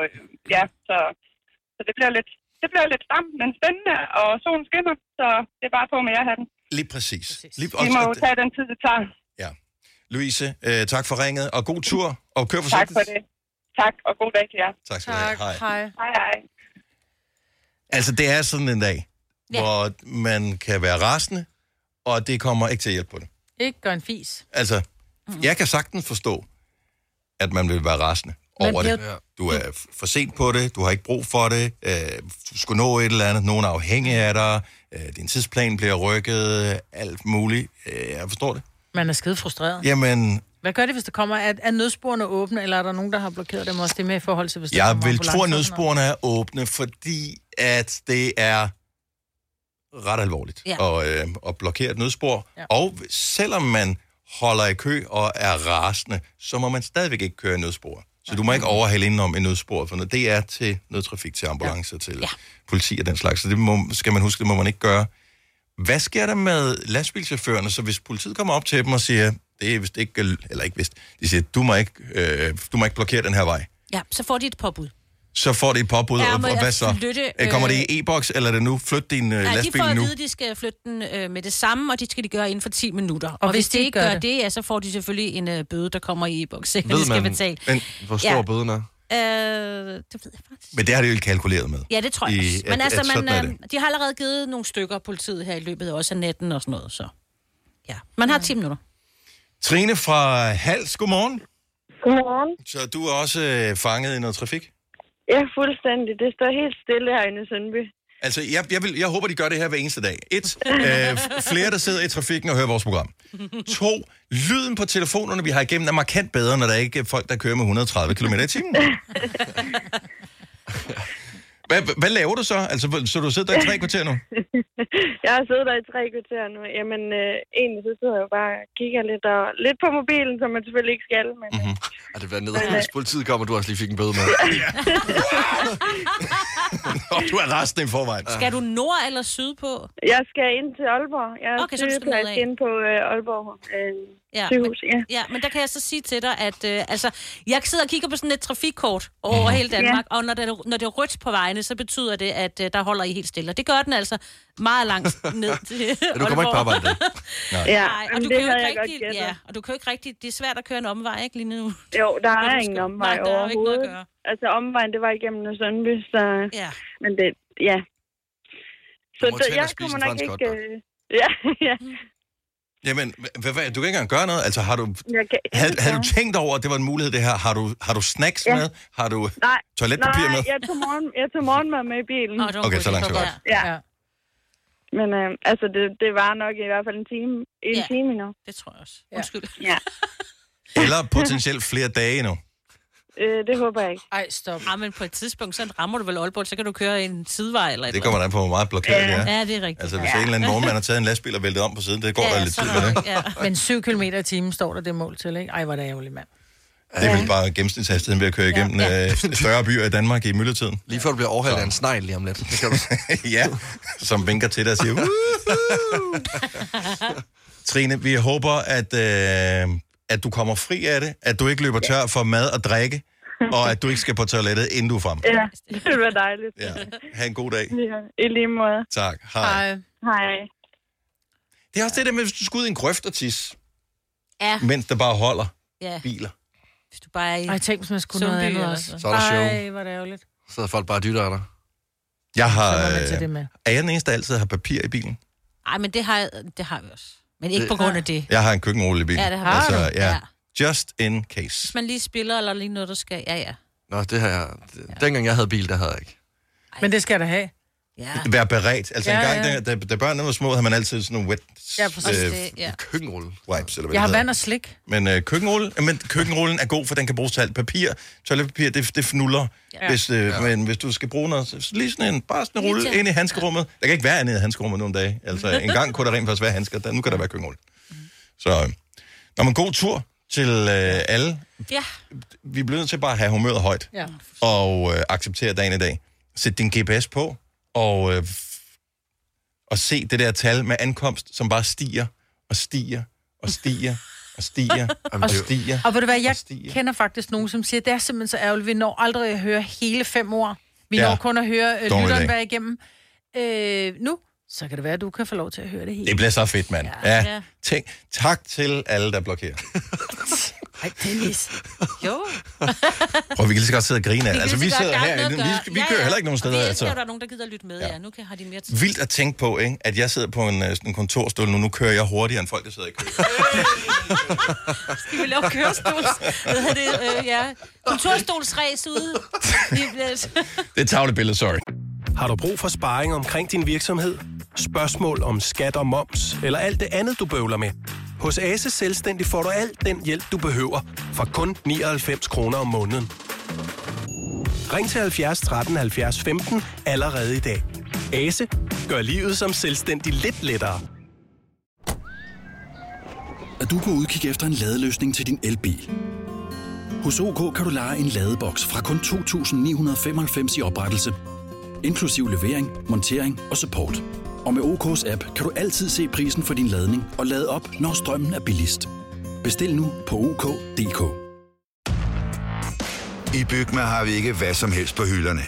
Så det bliver lidt stramt, men spændende, og solen skinner, så det er bare på med jer-hatten. Lige præcis. Vi må jo tage den tid, det tager. Ja. Louise, tak for ringet, og god tur, og kør forsigtigt. Tak for det. Tak, og god dag til jer. Tak skal du have. Hej. Hej. Altså, det er sådan en dag, hvor man kan være rasende, og det kommer ikke til at hjælpe på det. Ikke gør en fis. Altså, jeg kan sagtens forstå, at man vil være rasende over det. Du er for sent på det, du har ikke brug for det, du skulle nå et eller andet, nogen er afhængig af dig, din tidsplan bliver rykket, alt muligt. Jeg forstår det. Man er skide frustreret. Jamen... Hvad gør det, hvis der kommer... Er nødsporene åbne, eller er der nogen, der har blokeret dem også? Det med i forhold til, hvis der jeg vil tro, at nødsporene er åbne, fordi at det er ret alvorligt at blokere et nødspor. Ja. Og selvom man holder i kø og er rasende, så må man stadigvæk ikke køre i nødspor. Så du må ikke overhale indenom i nødspor, for det er til nødtrafik, til ambulance, til politi og den slags. Så det skal man huske, det må man ikke gøre. Hvad sker der med lastbilchaufførerne? Så hvis politiet kommer op til dem og siger, det er vist ikke, eller ikke vist, de siger, du må ikke blokere den her vej. Ja, så får de et påbud. Så får de et påbud, og hvad så? Kommer det i e-boks, eller er det nu? Flyt din lastbil nu? Ja, de får at vide, de skal flytte den med det samme, og det skal de gøre inden for 10 minutter. Og hvis de ikke gør det, så får de selvfølgelig en bøde, der kommer i e-boks, de skal betale. Men hvor stor bøden er? Det ved jeg faktisk. Men det har de jo kalkuleret med. Ja, det tror jeg også. Men de har allerede givet nogle stykker af politiet her i løbet også af natten og sådan noget, så ja. Man har 10 minutter. Trine fra Hals, godmorgen. Godmorgen. Så du er også fanget i noget trafik? Ja, fuldstændig. Det står helt stille herinde i Sundby. Altså, jeg håber, de gør det her hver eneste dag. 1. Flere, der sidder i trafikken og hører vores program. 2. Lyden på telefonerne, vi har igennem, er markant bedre, når der ikke er folk, der kører med 130 km i timen. Hvad laver du så? Altså, så du sidder der i 3 kvarter nu? Jeg har siddet der i 3 kvarter nu. Jamen, egentlig så sidder jeg jo bare og kigger lidt på mobilen, som man selvfølgelig ikke skal. Men, det bliver ned, hvis politiet kommer, du også lige fik en bøde med. Og du er resten i forvejen. Skal du nord eller syd på? Jeg skal ind til Aalborg. Jeg er sygeplejerske ind på Aalborg sygehus. Ja, men der kan jeg så sige til dig, at jeg sidder og kigger på sådan et trafikkort over hele Danmark, og når det er rødt på vejene, så betyder det, at der holder I helt stille. Og det gør den altså meget langt ned til du kommer ikke på arbejde det. Nej, og du kan jo ikke rigtig, og du kan jo ikke rigtig, det er svært at køre en omvej, ikke lige nu? Jo, der er ingen omvej overhovedet. Ikke noget at gøre. Altså omvejen, det var igennem Sundby, så... Ja. Men det, Så jeg kommer nok ikke... Ja. Jamen, du kan ikke engang gøre noget. Altså, havde du tænkt over, at det var en mulighed, det her? Har du snacks med? Har du toiletpapir med? Nej, jeg tog morgenmad med i bilen. Okay, så langt så godt. Ja. Men det var nok i hvert fald en time endnu. Det tror jeg også. Undskyld. Ja. Eller potentielt flere dage endnu. Det håber jeg ikke. Ej, stop. Men på et tidspunkt, så rammer du vel Aalborg, så kan du køre en sidevej eller et. Det kommer der på, hvor meget blokeret det er. Ja, det er rigtigt. Altså, hvis en eller anden vognmand har taget en lastbil og væltet om på siden, det går der lidt tid med det. Ja. Men 7 km i timen står der det mål til, ikke? Ej, hvor er det ærgerligt, mand. Det er vel bare gennemsnitshastigheden ved at køre igennem større byer i Danmark i myldretiden. Lige før du bliver overhældt af en snegl lige om lidt. Det kan du. Ja, som vinker til dig og siger, Trine, vi håber, at du kommer fri af det, at du ikke løber tør for mad og drikke, og at du ikke skal på toilettet, inden du er frem. Ja, det vil være dejligt. Ja. Ha' en god dag. Ja, i lige måde. Tak. Hej. Hej. Det er også det der med, hvis du skal ud i en grøft og tisse, mens der bare holder biler. Hvis du bare er i... Ej, tænk, hvis man skulle noget andet også. Så er der show. Ej, hvor er det ærgerligt. Så sidder folk bare og dytter af dig. Jeg har... Er jeg den eneste, der altid har papir i bilen? Nej, men det har vi også. Men ikke på grund af det. Jeg har en køkkenrulle i bilen. Ja, det har du. Ja. Just in case. Hvis man lige spiller, eller lige noget, der skal... Ja. Nå, det har jeg... Dengang jeg havde bil, der havde jeg ikke. Men det skal der have. Ja. Være beredt. Altså en gang, da børnene var små, havde man altid sådan nogle wet køkkenrulle. Wipes, eller hvad jeg har vand og slik. Men køkkenrullen er god, for den kan bruges til alt. Toiletpapir, det fnuller. Ja. Men hvis du skal bruge noget, så lige sådan en rulle ind i handskerummet. Der kan ikke være andet i handskerummet nogle dage. Altså en gang kunne der rent faktisk være handsker, nu kan der være køkkenrulle. Så god tur til alle. Ja. Vi bliver nødt til bare at have humøret højt. Ja. Og acceptere dagen i dag. Sæt din GPS på, og se det der tal med ankomst, som bare stiger og stiger og stiger og stiger og stiger. Og ved du hvad, jeg kender faktisk nogen, som siger, det er simpelthen så ærgerligt, vi når aldrig at høre hele 5 år. Vi når kun at høre lytteren være igennem. Nu, så kan det være, at du kan få lov til at høre det hele. Det bliver så fedt, mand. Ja. Tak til alle, der blokerer. Ej, Dennis. Jo. Prøv, vi kan lige så godt sidde og grine af det. Altså, vi sidder herinde. Vi kører heller ikke nogen steder. Og vi altså. der er nogen, der gider lytte med. Ja. Nu har de mere tid. Vildt at tænke på, ikke? At jeg sidder på en kontorstol nu. Nu kører jeg hurtigere end folk, der sidder i kø. Skal vi lave kørestol? Kontorstolsræs ude. Det er et tavlebillede, sorry. Har du brug for sparring omkring din virksomhed? Spørgsmål om skat og moms, eller alt det andet, du bøvler med? Hos Ase Selvstændig får du alt den hjælp, du behøver, for kun 99 kroner om måneden. Ring til 70 13 70 15 allerede i dag. Ase gør livet som selvstændig lidt lettere. Er du på udkig efter en ladeløsning til din elbil? Hos OK kan du leje en ladeboks fra kun 2.995 i oprettelse, inklusiv levering, montering og support. Og med OK's app kan du altid se prisen for din ladning og lade op, når strømmen er billigst. Bestil nu på OK.dk. I Bygma har vi ikke hvad som helst på hylderne.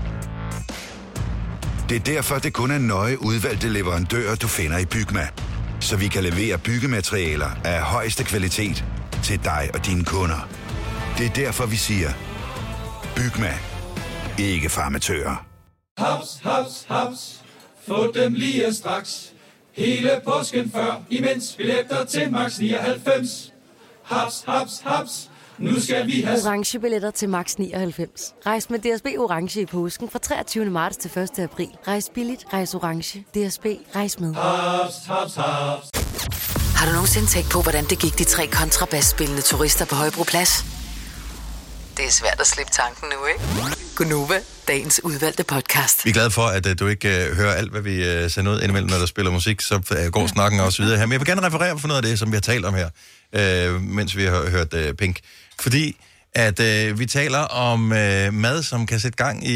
Det er derfor, det kun er nøje udvalgte leverandører, du finder i Bygma. Så vi kan levere byggematerialer af højeste kvalitet til dig og dine kunder. Det er derfor, vi siger, Bygma. Ikke farmatører. Haps, haps, haps. Få dem lige straks. Hele påsken før, imens billetter til max 99. Haps, haps, haps. Nu skal vi have orange billetter til max 99. Rejs med DSB Orange i påsken fra 23. marts til 1. april. Rejs billigt, rejs orange. DSB, rejs med. haps, haps, haps. Har du nogensinde tænkt på, hvordan det gik de 3 kontrabasspillende turister på Højbroplads? Det er svært at slippe tanken nu, ikke? Gunova, dagens udvalgte podcast. Vi er glade for, at du ikke hører alt, hvad vi sender ud indimellem, når der spiller musik, så går snakken også videre her. Men jeg vil gerne referere for noget af det, som vi har talt om her, mens vi har hørt Pink. Fordi at vi taler om mad, som kan sætte gang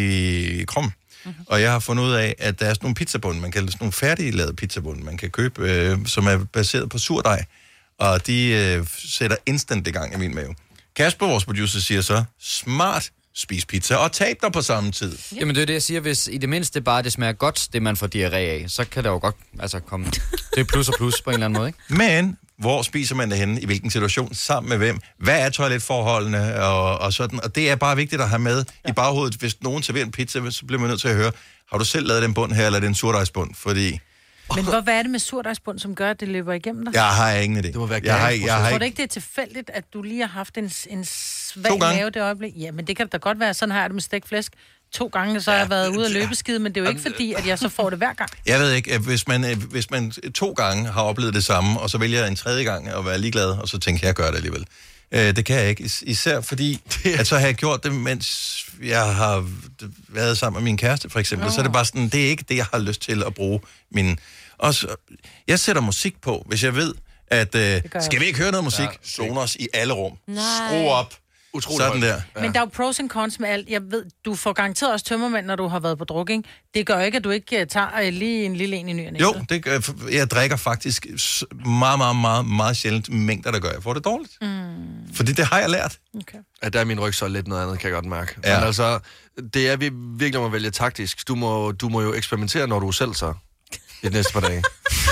i krum. Mm-hmm. Og jeg har fundet ud af, at der er sådan nogle pizzabunde, man kalder sådan nogle færdiglavede pizzabunde, man kan købe, som er baseret på surdej. Og de sætter instant i gang i min mave. Kasper, vores producer, siger så, smart, spis pizza og tab dig på samme tid. Jamen det er det, jeg siger. Hvis i det mindste bare det smager godt, det man får diarré af, så kan det jo godt komme. Det er plus og plus på en eller anden måde, ikke? Men hvor spiser man det henne? I hvilken situation? Sammen med hvem? Hvad er toiletforholdene? Og sådan. Og det er bare vigtigt at have med i baghovedet. Hvis nogen serverer en pizza, så bliver man nødt til at høre, har du selv lavet den bund her, eller er det en surdejsbund? Fordi... Men hvad er det med surdejsbund, som gør, at det løber igennem dig? Jeg har ingen idé. Det må være jeg tror ikke, det er tilfældigt, at du lige har haft en svag mave det øjeblik? Ja, men det kan da godt være. Sådan har jeg det med stegt flæsk. 2 gange, så har jeg været ude at løbeskide, men det er jo ikke fordi, at jeg så får det hver gang. Jeg ved ikke, hvis man 2 gange har oplevet det samme, og så vælger jeg en 3. gang at være ligeglad, og så tænker jeg gør det alligevel. Det kan jeg ikke. Især fordi, at så har jeg gjort det, mens jeg har været sammen med min kæreste, for eksempel. Så er det bare sådan, det er ikke det, jeg har lyst til at bruge min... Og så, jeg sætter musik på, hvis jeg ved, at skal vi ikke høre noget musik? Sonos i alle rum. Skru op. Utrolig sådan der. Ja. Men der er jo pros and cons med alt. Jeg ved, du får garanteret også tømmermænd, når du har været på druk, ikke? Det gør ikke, at du ikke tager lige en lille en i ny og næ. Jo, jeg drikker faktisk meget sjældent mængder, der gør. Jeg får det dårligt. Fordi det har jeg lært. Okay. Ja, der er min ryg så lidt noget andet, kan jeg godt mærke. Ja. Men altså, det er virkelig om at vælge taktisk. Du må jo eksperimentere, når du selv så i de næste par dage.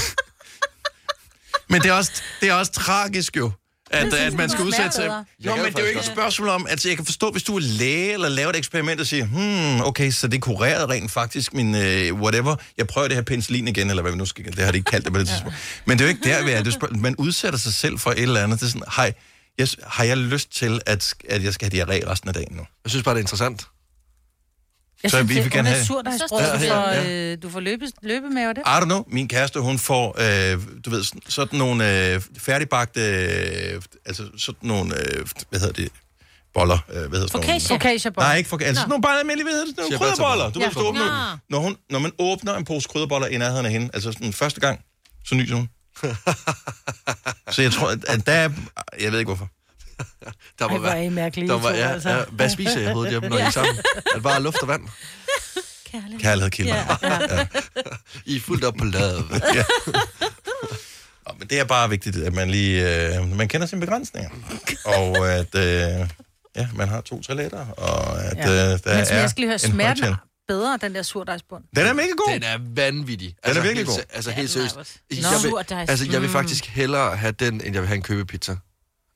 Men det er også tragisk jo. At man skal udsætte sig. Jo, men det er jo ikke et spørgsmål om, altså jeg kan forstå, hvis du er læge eller laver et eksperiment og siger, okay, så det kurerede rent faktisk min whatever. Jeg prøver det her penicillin igen, eller hvad vi nu skal. Det har de ikke kaldt det på det tidspunkt. Men det er jo ikke der, vi er. Man udsætter sig selv for et eller andet. Det er sådan, har jeg lyst til, at jeg skal have diarré resten af dagen nu? Jeg synes bare, det er interessant. Jeg synes, det er surdejsbrød, du får løbemave det. I don't know. Min kæreste, hun får, du ved, sådan nogle færdigbagte, altså sådan nogle, hvad hedder det, boller. Focaccia-boller. Nej, ikke focaccia. Altså sådan nogle bare almindelige, sådan nogle krydderboller. Du ved, når man åbner en pose krydderboller i nærheden af hende, altså sådan første gang, så nyser hun. Så jeg tror, at der er, jeg ved ikke hvorfor. Der må være mærkelige to, altså. Ja, hvad spiser jeg i hovedet, når I er sammen? Er det bare luft og vand? Kærlighed kilder. Ja. I er fuldt op på ladet. Ja. Men det er bare vigtigt, at man lige man kender sine begrænsninger. Og at man har 2 toiletter, og at der men jeg skal lige høre, smager den bedre, den der surdejsbund? Den er mega god. Den er vanvittig. Den er virkelig god. Altså helt seriøst. Jeg vil faktisk hellere have den, end jeg vil have en købepizza.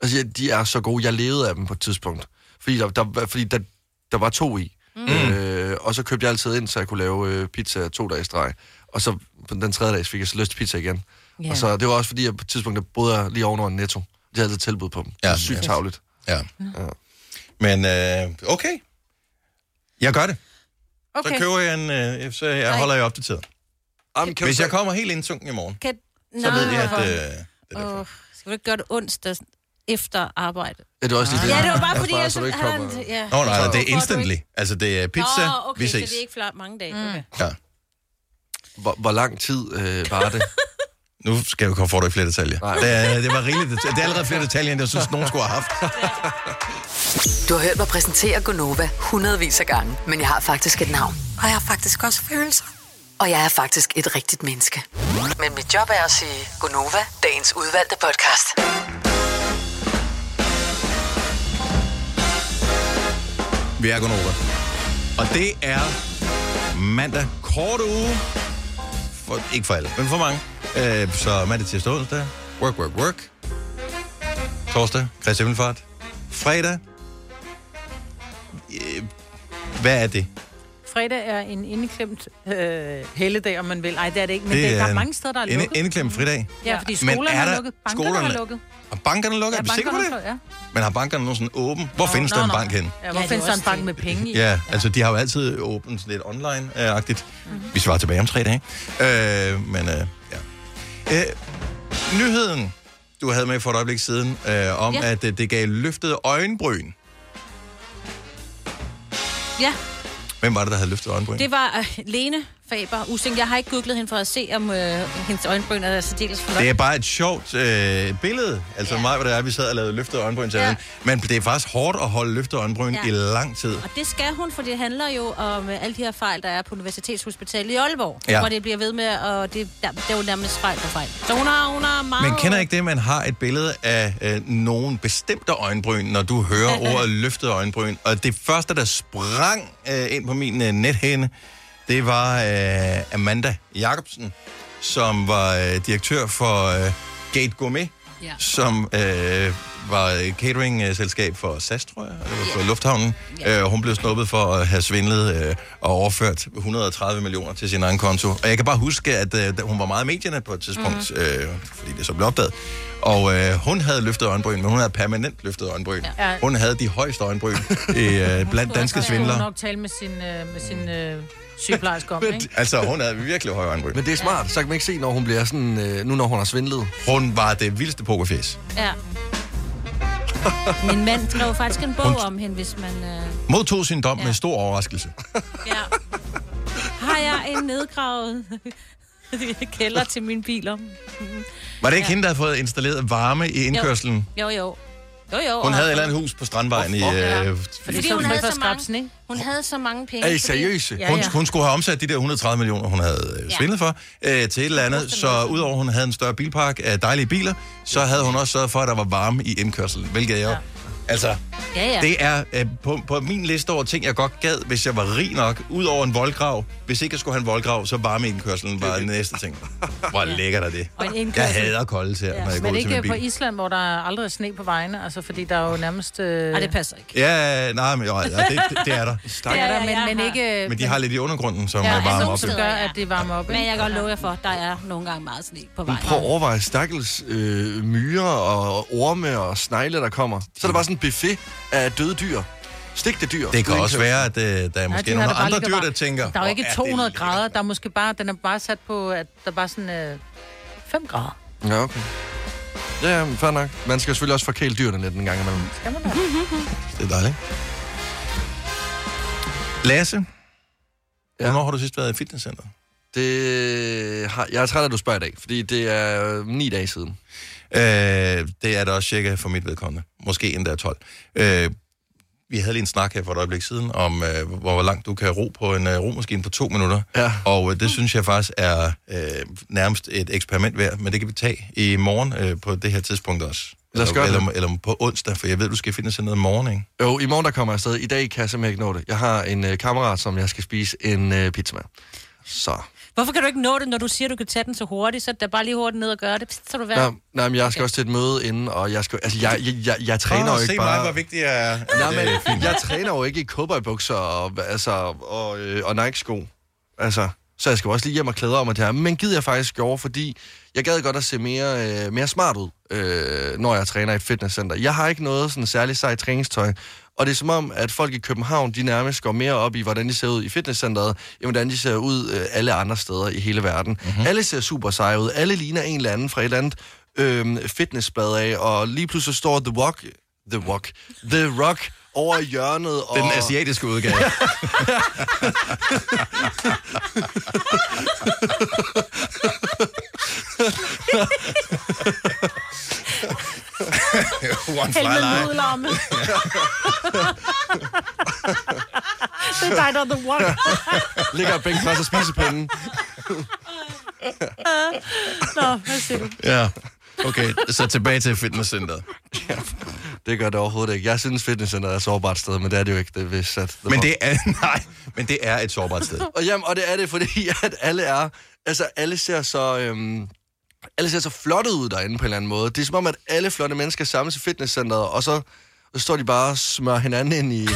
Altså, de er så gode. Jeg levede af dem på et tidspunkt. Fordi der var 2 i. Og så købte jeg altid ind, så jeg kunne lave pizza 2 dage i streg. Og så den 3. dag fik jeg så lyst til pizza igen. Yeah. Og så det var også fordi, at på et tidspunkt, der boede jeg lige ovenover en Netto. De havde altid tilbud på dem. Det var sygt tarveligt. Ja. Men okay. Jeg gør det. Okay. Så køber jeg en... så jeg holder jeg opdateret. Hvis jeg kommer helt indsunken i morgen, så ved jeg, at det er derfor. Skal du ikke gøre det onsdag efter arbejde? Ja, det var også det var bare fordi, jeg ikke kommer. Nej, det er instantly. Altså, det er pizza, okay, vi ses. Så det er ikke mange dage. Okay. Ja. Hvor lang tid var det? Nu skal vi få dig flere detaljer. Det var rigeligt. Det er allerede flere detaljer, end jeg synes, nogen skulle have haft. Du har hørt mig præsentere Gonova hundredvis af gange, men jeg har faktisk et navn. Og jeg har faktisk også følelser. Og jeg er faktisk et rigtigt menneske. Men mit job er at sige Gonova, dagens udvalgte podcast. Vi er Gonova. Og det er mandag. Korte uge. Ikke for alle, men for mange. Så mandag til onsdag. Work. Torsdag. Kristi Himmelfart. Fredag. Hvad er det? Fredag er en indeklemt helligdag, om man vil. Ej, det er det ikke, men der er mange steder, der er lukket. Indeklemt fridag? Ja, fordi skolerne er lukket, bankerne er lukket. Og bankerne lukket? Er vi sikre på det? Ja. Men har bankerne nogen sådan åben? Hvor findes der en bank hen? Ja, hvor findes der en bank med penge i? Ja, altså de har jo altid åbent sådan lidt online-agtigt. Vi svarer tilbage om 3 dage. Nyheden, du havde med for et øjeblik siden, om at det gav løftede øjenbryn. Ja. Hvem var det, der havde løftet øjenbryn? Det var Lene Faber Ussing. Jeg har ikke googlet hende for at se, om hendes øjenbryn er særdeles flot. Det er bare et sjovt billede. Altså mig, hvor det er, vi sad og lavede løftede øjenbryn til hende. Men det er faktisk hårdt at holde løftede øjenbryn i lang tid. Og det skal hun, for det handler jo om alle de her fejl, der er på Universitetshospitalet i Aalborg. Hvor det bliver ved med, og det er jo nærmest fejl på fejl. Så hun har meget... Men kender ikke det, man har et billede af nogen bestemte øjenbryn, når du hører ordet løftede øjenbryn? Og det første, der sprang ind på min nethænde, det var Amanda Jacobsen, som var direktør for Gate Gourmet, som var et catering-selskab for SAS, tror jeg, eller for Lufthavnen. Hun blev snuppet for at have svindlet og overført 130 millioner til sin egen konto. Og jeg kan bare huske, at hun var meget i medierne på et tidspunkt, fordi det så blev opdaget. Og hun havde løftet øjenbryn, men hun havde permanent løftet øjenbryn. Ja. Hun havde de højeste øjenbryn blandt danske svindlere. Hun nok tale med sin sygeplejerske om, ikke? Altså, hun havde virkelig høje øjenbryn. Men det er smart, så kan man ikke se, når hun bliver sådan, nu når hun har svindlet. Hun var det vildeste pokerfjes. Ja. Min mand skrev faktisk en bog om hende, hvis man... Modtog sin dom med stor overraskelse. Ja. Har jeg en nedgravet kælder til min biler? Var det ikke hende, der havde fået installeret varme i indkørslen? Jo. Hun havde et eller andet hus på Strandvejen fordi hun havde så mange penge. Er I seriøse? Hun skulle have omsat de der 130 millioner, hun havde svindlet for, til et eller andet. Så udover hun havde en større bilpark af dejlige biler, så havde hun også sørget for, at der var varme i indkørslen. Hvilket jeg altså, det er på min liste over ting, jeg godt gad, hvis jeg var rig nok, ud over en voldgrav. Hvis ikke jeg skulle have en voldgrav, så varme i indkørslen var det næste ting. Hvor lækkert er det? Jeg hader kolde til, når jeg går men ud ikke til min bil. på Island, hvor der aldrig er sne på vejene, altså fordi der er jo nærmest... Nej, det passer ikke. Ja, nej, men det er der. Det er der, men ikke... Men de har lidt i undergrunden, som varmer op. Som gør, at det varmer op. Men jeg kan godt love jer for, der er nogle gange meget sne på vejen. Prøv at overveje stakkels myrer og orme og snegle, der kommer. Så er der bare sådan en buffet af døde dyr. Stigte dyr. Det kan også være, at der er måske nogle andre dyr, der tænker... Der er jo ikke 200 grader, der er måske bare... Den er bare sat på, at der er bare sådan 5 grader. Ja, okay. Ja, fair nok. Man skal selvfølgelig også forkæle dyrene lidt en gang imellem. Skal man da? Det er dejligt. Lasse, hvornår har du sidst været i fitnesscenter? Jeg er træt af, at du spørger i dag, fordi det er 9 dage siden. Det er det også cirka for mit vedkommende. Måske endda 12. Vi havde lige en snak her for et øjeblik siden om, hvor langt du kan ro på en romaskine på 2 minutter. Ja. Og det synes jeg faktisk er nærmest et eksperiment værd, men det kan vi tage i morgen på det her tidspunkt også. Eller på onsdag, for jeg ved, du skal finde sådan noget i morgen, ikke? Jo, i morgen der kommer jeg afsted. I dag kan jeg simpelthen ikke nå det. Jeg har en kammerat, som jeg skal spise en pizza med. Så. Hvorfor kan du ikke nå det, når du siger, du kan tage den så hurtigt? Så er det bare lige hurtigt ned og gøre det. Så du værd. Nej, men jeg skal også til et møde inden, og jeg skal... Altså, jeg træner jo ikke bare... Se mig, hvor vigtigt jeg er. Nej, men jeg træner jo ikke i cowboybukser og Nike-sko. Altså... Så jeg skal også lige hjem og klæde om det her. Men gider jeg faktisk gøre, fordi jeg gad godt at se mere smart ud, når jeg træner i et fitnesscenter. Jeg har ikke noget sådan særligt sejt træningstøj. Og det er som om, at folk i København, de nærmest går mere op i, hvordan de ser ud i fitnesscenteret, end hvordan de ser ud alle andre steder i hele verden. Mm-hmm. Alle ser super seje ud. Alle ligner en eller anden fra et eller andet fitnessblad af. Og lige pludselig står The Rock over hjørnet. Og... Den asiatiske udgave. One fly line. Det er dig, der er The Rock. Ligger og bænker og spisepinden. Nå, hvad siger du? Ja, okay. Så tilbage til fitnesscenteret. Ja, det gør det overhovedet ikke. Jeg synes, fitnesscenteret er et sårbart sted, men det er det jo ikke. Det er vist, at men det er et sårbart sted. Og det er det, fordi at alle ser så flotte ud derinde på en eller anden måde. Det er som om, at alle flotte mennesker samles i fitnesscenteret, og så står de bare og smører hinanden ind i...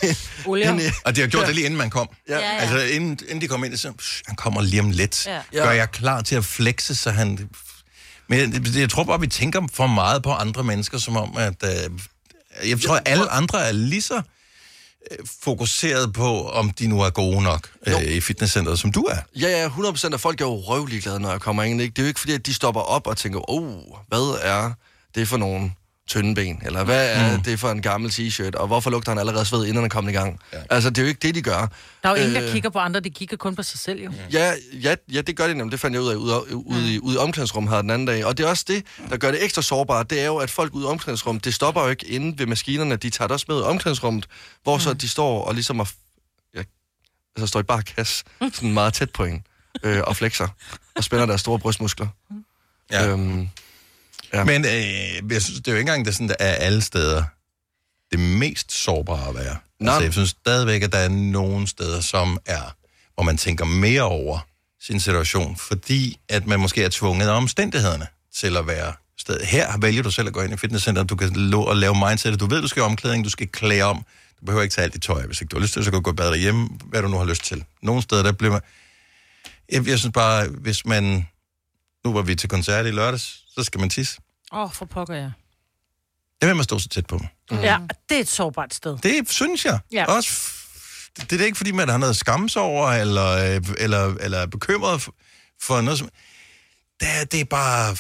Olie. Og de har gjort det lige inden man kom. Ja. Altså inden de kom ind, så han kommer lige om lidt. Ja. Gør jeg klar til at flexe, så han... Men jeg tror bare, vi tænker for meget på andre mennesker, som om, at... jeg tror, at alle andre er lige så fokuseret på, om de nu er gode nok i fitnesscenteret, som du er. Ja, 100% af folk er jo røvlig glade, når jeg kommer ind. Ikke? Det er jo ikke, fordi at de stopper op og tænker, hvad er det for nogen tynde ben? Eller hvad er det for en gammel t-shirt? Og hvorfor lugter han allerede sved, inden han kommer i gang? Ja. Altså, det er jo ikke det, de gør. Der er jo ingen, der kigger på andre, de kigger kun på sig selv, jo. Ja, det gør de nemlig. Det fandt jeg ud af ude i omklædningsrummet her den anden dag. Og det er også det, der gør det ekstra sårbart. Det er jo, at folk ude i omklædningsrummet, det stopper jo ikke inde ved maskinerne. De tager det også med i omklædningsrummet, hvor så de står og ligesom står i bare kasse, sådan meget tæt på en, og flexer, og spænder deres store brystmuskler. Ja. Ja. Men jeg synes, det er jo ikke engang, det er sådan, der er alle steder det mest sårbare at være. Altså, jeg synes stadigvæk, at der er nogle steder, hvor man tænker mere over sin situation, fordi at man måske er tvunget af omstændighederne til at være sted. Her vælger du selv at gå ind i fitnesscenteret, du kan lave mindset, du ved, du skal i omklædning, du skal klæde om, du behøver ikke tage alt dit tøj, hvis ikke du har lyst til, så kan du gå og bade derhjemme, hvad du nu har lyst til. Nogle steder, der bliver man... Jeg synes bare, hvis man... Nu var vi til koncert i lørdags, så skal man tisse. For pokker, ja. Det vil man stå så tæt på. Ja, det er et sårbart sted. Det synes jeg. Ja. Også, det er ikke, fordi man har noget at skamme sig over, eller er bekymret for noget som... Det er bare...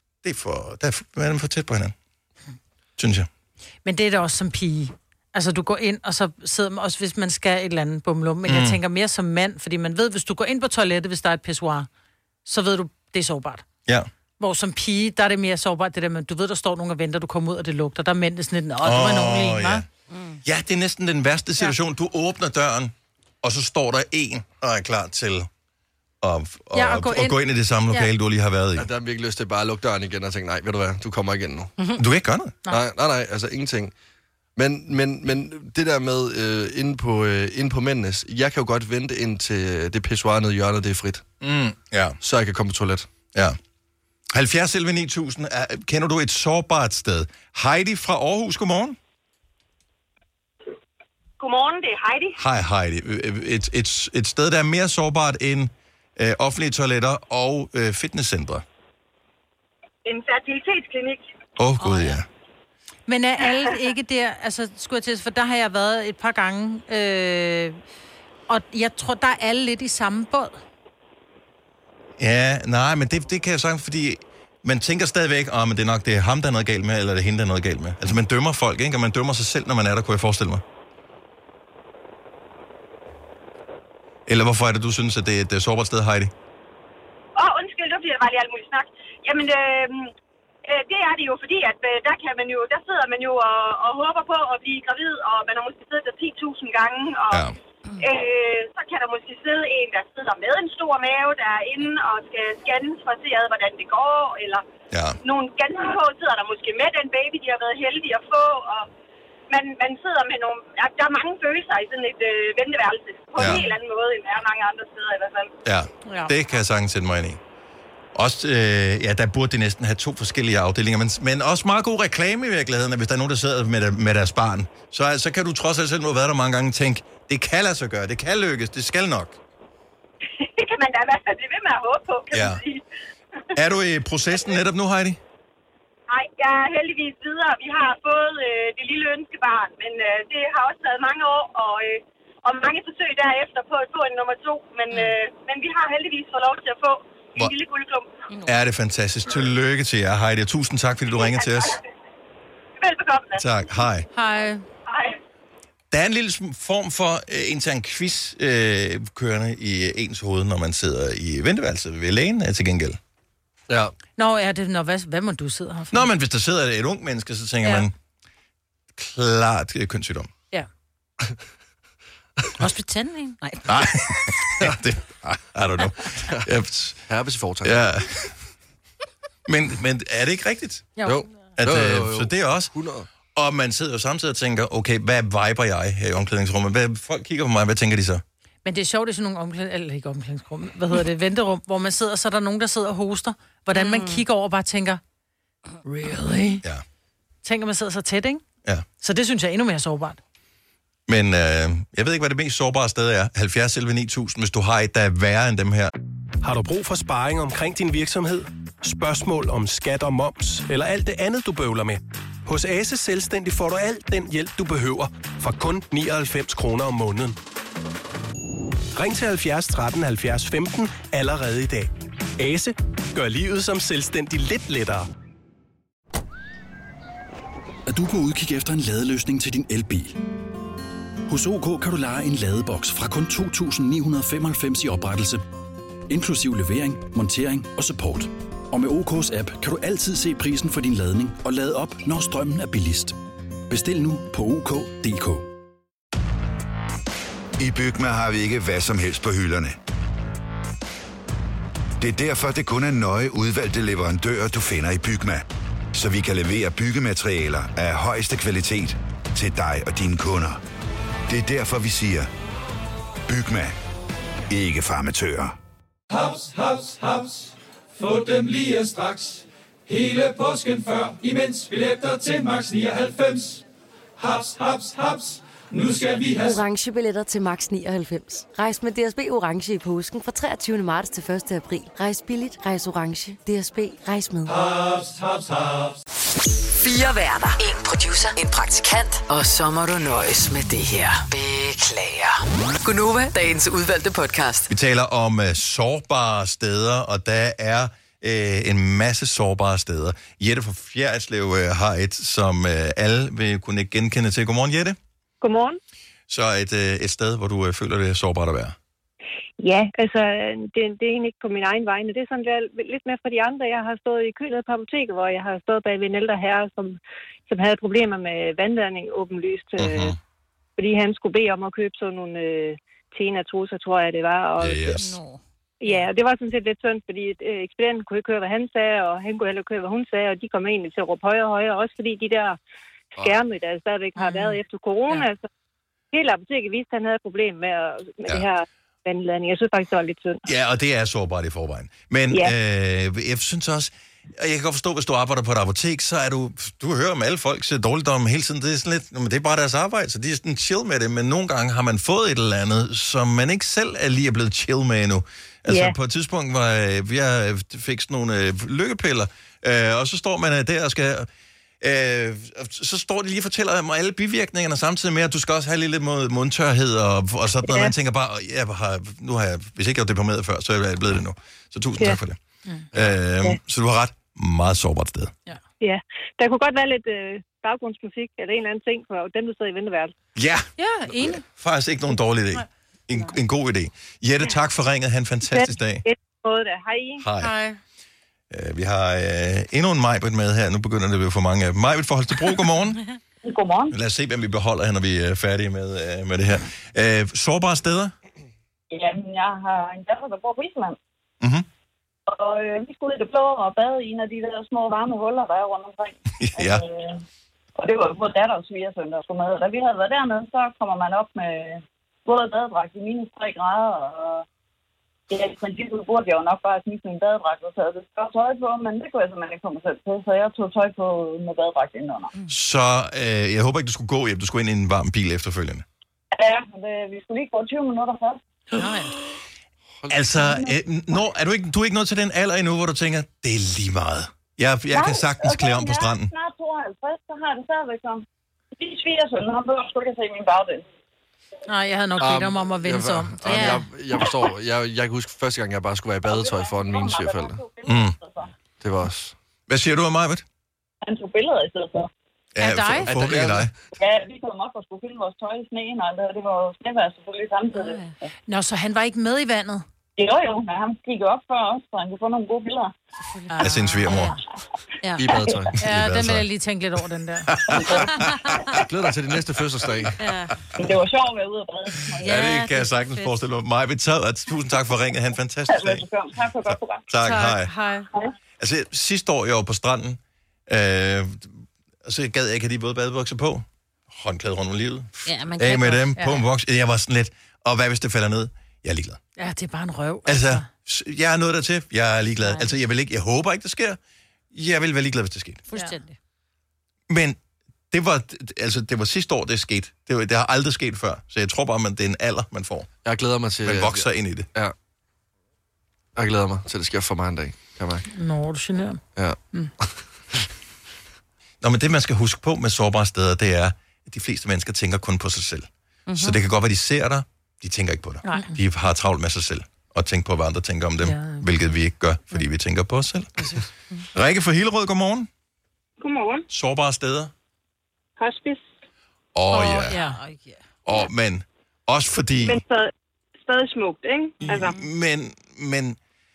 Man er for tæt på hinanden. Synes jeg. Men det er da også som pige. Altså, du går ind, og så sidder man også, hvis man skal et eller andet bumlum. Men jeg tænker mere som mand, fordi man ved, hvis du går ind på toilettet, hvis der er et pissoir, så ved du, det er sårbart. Ja. Hvor som pige, der er det mere sårbart, det der med, du ved, der står nogen og venter, du kommer ud, og det lugter. Der er mænd, det sådan lidt, det var nogen lige, hva'? Ja, det er næsten den værste situation. Ja. Du åbner døren, og så står der en, og er klar til at gå ind i det samme lokale, du lige har været i. Ja, der er virkelig lyst til bare at lukke døren igen og tænke, nej, ved du hvad, du kommer igen nu. Du kan ikke gøre noget? Nej, altså ingenting. Men det der med inde på mændenes, jeg kan jo godt vente ind til det pissoir nede i hjørnet, det er frit. Ja. Så jeg kan komme på toilet. Ja. 70 11 9000. Kender du et sårbart sted? Heidi fra Aarhus, godmorgen. Godmorgen, det er Heidi. Hej Heidi. Et sted, der er mere sårbart end offentlige toiletter og fitnesscentre. En fertilitetsklinik. Gud, ja. Men er alle ikke der, altså skulle jeg til, for der har jeg været et par gange, og jeg tror, der er alle lidt i samme båd. Ja, nej, men det kan jeg sige, fordi man tænker stadigvæk, men det er nok det er ham, der er noget galt med, eller det er hende, der er noget galt med. Altså man dømmer folk, ikke? Og man dømmer sig selv, når man er der, kunne jeg forestille mig. Eller hvorfor er det, du synes, at det er et sårbart sted, Heidi? Undskyld, der bliver bare lige alt muligt snak. Jamen, det er det jo, fordi at der sidder man jo og håber på at blive gravid, og man har måske siddet der 10.000 gange, og så kan der måske sidde en, der sidder med en stor mave, der er inde og skal scannes for at se, hvordan det går, eller nogle ganske få sidder der måske med den baby, de har været heldige at få, og man sidder med nogle... Der er mange følelser i sådan et venteværelse. På en helt anden måde, end der er mange andre steder i hvert fald. Ja, det kan jeg sagtens sætte mig ind i. Også, der burde de næsten have 2 forskellige afdelinger, men også meget god reklame i virkeligheden, hvis der er nogen, der sidder med deres barn. Så kan du trods alt selv nu have været der mange gange og tænke, det kan lade sig gøre, det kan lykkes, det skal nok. Det kan man da i hvert fald blive ved med at håbe på, kan man sige. Er du i processen netop nu, Heidi? Nej, jeg er heldigvis videre. Vi har fået det lille ønskebarn, men det har også taget mange år, og mange forsøg derefter på at få en nummer 2. Men vi har heldigvis fået lov til at få en lille guldklump. Er det fantastisk. Tillykke til jer, Heidi. Tusind tak, fordi du ringede til os. Velbekomme. Tak. Hej. Hej. Hej. Der er en lille form for intern quiz kørende i ens hoved, når man sidder i venteværelset ved lægen til gengæld. Ja. Nå, er det... Nå, hvad må du sidde her for? Nå, men hvis der sidder et ung menneske, så tænker man, klart kønssygdom. Ja. Også ved tandlægen? Nej. Nej. I don't know. Herpes i fortegn. Ja. Men er det ikke rigtigt? Jo. Så det er også. 100. Og man sidder jo samtidig og tænker, okay, hvad viber jeg her i omklædningsrummet? Folk kigger på mig, hvad tænker de så? Men det er sjovt, det er sådan nogle omklædningsrum, venterum, hvor man sidder, så er der nogen, der sidder og hoster. Hvordan man kigger over og bare tænker, really? Ja. Tænker, man sidder så tæt, ikke? Ja. Så det synes jeg er endnu mere sårbart. Men jeg ved ikke, hvad det mest sårbare sted er. 70 11 9000, hvis du har et, der er værre end dem her. Har du brug for sparring omkring din virksomhed? Spørgsmål om skat og moms, eller alt det andet, du bøvler med? Hos Ase Selvstændig får du alt den hjælp, du behøver, for kun 99 kroner om måneden. Ring til 70 13 70 15 allerede i dag. Ase gør livet som selvstændig lidt lettere. Er du på udkig efter en ladeløsning til din elbil? Hos OK kan du leje en ladeboks fra kun 2.995 i oprettelse, inklusiv levering, montering og support. Og med OK's app kan du altid se prisen for din ladning og lade op, når strømmen er billigst. Bestil nu på OK.dk. I Bygma har vi ikke hvad som helst på hylderne. Det er derfor, det kun er nøje udvalgte leverandører, du finder i Bygma. Så vi kan levere byggematerialer af højeste kvalitet til dig og dine kunder. Det er derfor, vi siger, Bygma. Ikke farmatører. Haps, haps, haps. Få dem lige straks. Hele påsken før, imens billetter til max 99. Haps, haps, haps. Nu skal vi have orange billetter til max 99. Rejs med DSB orange i påsken fra 23. marts til 1. april. Rejs billigt, rejs orange. DSB, rejs med. haps, haps, haps. 4 værter. 1 producer. En praktikant. Og så må du nøjes med det her. Beklager. Gunova, dagens udvalgte podcast. Vi taler om sårbare steder, og der er en masse sårbare steder. Jette fra Fjerritslev har et, som alle vil kunne genkende til. Godmorgen, Jette. Godmorgen. Så et sted, hvor du føler, det er sårbart at være? Ja, altså, det er egentlig ikke på min egen vegne. Det er sådan lidt mere for de andre. Jeg har stået i kø nede på apoteket, hvor jeg har stået bag ved en ældre herre, som havde problemer med vandladning åbenlyst. Fordi han skulle bede om at købe sådan nogle Tena-trusser, tror jeg det var. Og, yes. Ja, det var sådan set lidt synd, fordi ekspedienten kunne ikke høre, hvad han sagde, og han kunne heller ikke høre, hvad hun sagde, og de kom egentlig til at råbe højere og højere, også fordi de der skærme, der stadigvæk har været efter corona. Ja. Så hele apoteket viste, at han havde et problem med det her vandladning. Jeg synes faktisk, det var lidt synd. Ja, og det er sårbart i forvejen. Men jeg synes også, og jeg kan godt forstå, hvis du arbejder på et apotek, så er du hører om alle folks dårligdom hele tiden. Det er sådan lidt, men det er bare deres arbejde, så de er sådan chill med det. Men nogle gange har man fået et eller andet, som man ikke selv er lige blevet chill med endnu. Altså på et tidspunkt, hvor jeg fik sådan nogle lykkepiller, og så står man der og skal... så står de lige og fortæller mig alle bivirkningerne, samtidig med, at du skal også have lidt mundtørhed og sådan noget. Man tænker bare, nu har jeg, hvis ikke jeg var deprimeret før, så er jeg blevet det nu. Så tusind tak for det. Så du har ret, meget sårbart sted. Ja, der kunne godt være lidt baggrundsmusik eller en eller anden ting for dem, der sidder i venteværelset. Ja, enig. Faktisk ikke nogen dårlig idé. En god idé. Jette, tak for ringet. Ha' en fantastisk dag. Hej. Vi har endnu en Majbrit med her. Nu begynder det at blive for mange af dem. Majbrit fra Holstebro, godmorgen. Godmorgen. Lad os se, hvem vi beholder her, når vi er færdige med det her. Sårbare steder? Jamen, jeg har en datter, der bor på Island. Mm-hmm. Og vi skulle ud i det blå og bade i en af de der små varme huller, der er rundt omkring. Ja. Og det var både datter og svigersøn, der skulle med. Og da vi havde været dernede, så kommer man op med både badedragt i minus 3 grader, og ja, i princippet burde jeg jo nok bare snige min badedragt og tage det større tøj på, men det kunne jeg simpelthen ikke komme selv til, så jeg tog tøj på med badedragt indenunder. Så jeg håber ikke, du skulle gå hjem. Du skulle ind i en varm bil efterfølgende. Ja, vi skulle lige gå 20 minutter først. Nej. Altså, du er ikke nået til den alder endnu, hvor du tænker, det er lige meget. Jeg kan sagtens klæde om på stranden. Jeg er snart 52, så har jeg det stadigvæk som. De svigersøn, han behøver sgu ikke at se min bagdel. Nej, jeg havde nok bedt om at vende sig om. Jeg forstår. Jeg kan huske første gang, jeg bare skulle være i badetøj foran mine svigerforældre. Det var også... Hvad siger du om mig, Vitt? Han tog billeder i stedet for. Ja, forhåbentlig dig. Ja, vi kom op og skulle filme vores tøj i sneen, og det var jo snevejr selvfølgelig samtidig. Nå, så han var ikke med i vandet? Jo, men han gik op for os, så han kunne få nogle gode billeder. Af sin svigermor. Ja. I badetøj. Ja, den vil jeg lige tænke lidt over, den der. Jeg glæder dig til din næste fødselsdag. Ja. Det var sjovt at være ude og bade. Ja, det kan jeg sagtens forestille mig. Maja Vitt, tusind tak for ringet. Han en fantastisk dag. Tak for et godt program. Tak, hej. Hej. Altså, sidste år, jeg var på stranden, så gad jeg ikke have de våde badebukser på. Håndklæde rundt om livet. Ja, man af med godt. dem, på en voks. Jeg var sådan lidt, og hvad hvis det falder ned? Jeg er ligeglad. Ja, det er bare en røv. Altså, jeg er nået dertil. Jeg er ligeglad. Altså, jeg håber ikke, det sker. Jeg vil være ligeglad, hvis det sker. Fuldstændig. Men det var sidste år, det skete. Det har aldrig sket før. Så jeg tror bare, at det er en alder, man får. Jeg glæder mig til... Man vokser ind i det. Ja. Jeg glæder mig til, det sker for mig en dag, kan jeg mærke. Nå, du generer. Ja. Nå, men det, man skal huske på med sårbare steder, det er, at de fleste mennesker tænker kun på sig selv. Mm-hmm. Så det kan godt være, de ser dig, de tænker ikke på dig. Nej. De har travlt med sig selv, og tænker på, hvad andre tænker om dem, hvilket vi ikke gør, fordi vi tænker på os selv. Rikke fra Hillerød, godmorgen. Godmorgen. Sårbare steder? Hospice. Ja. Men også fordi... Men stadig smukt, ikke? Altså. Men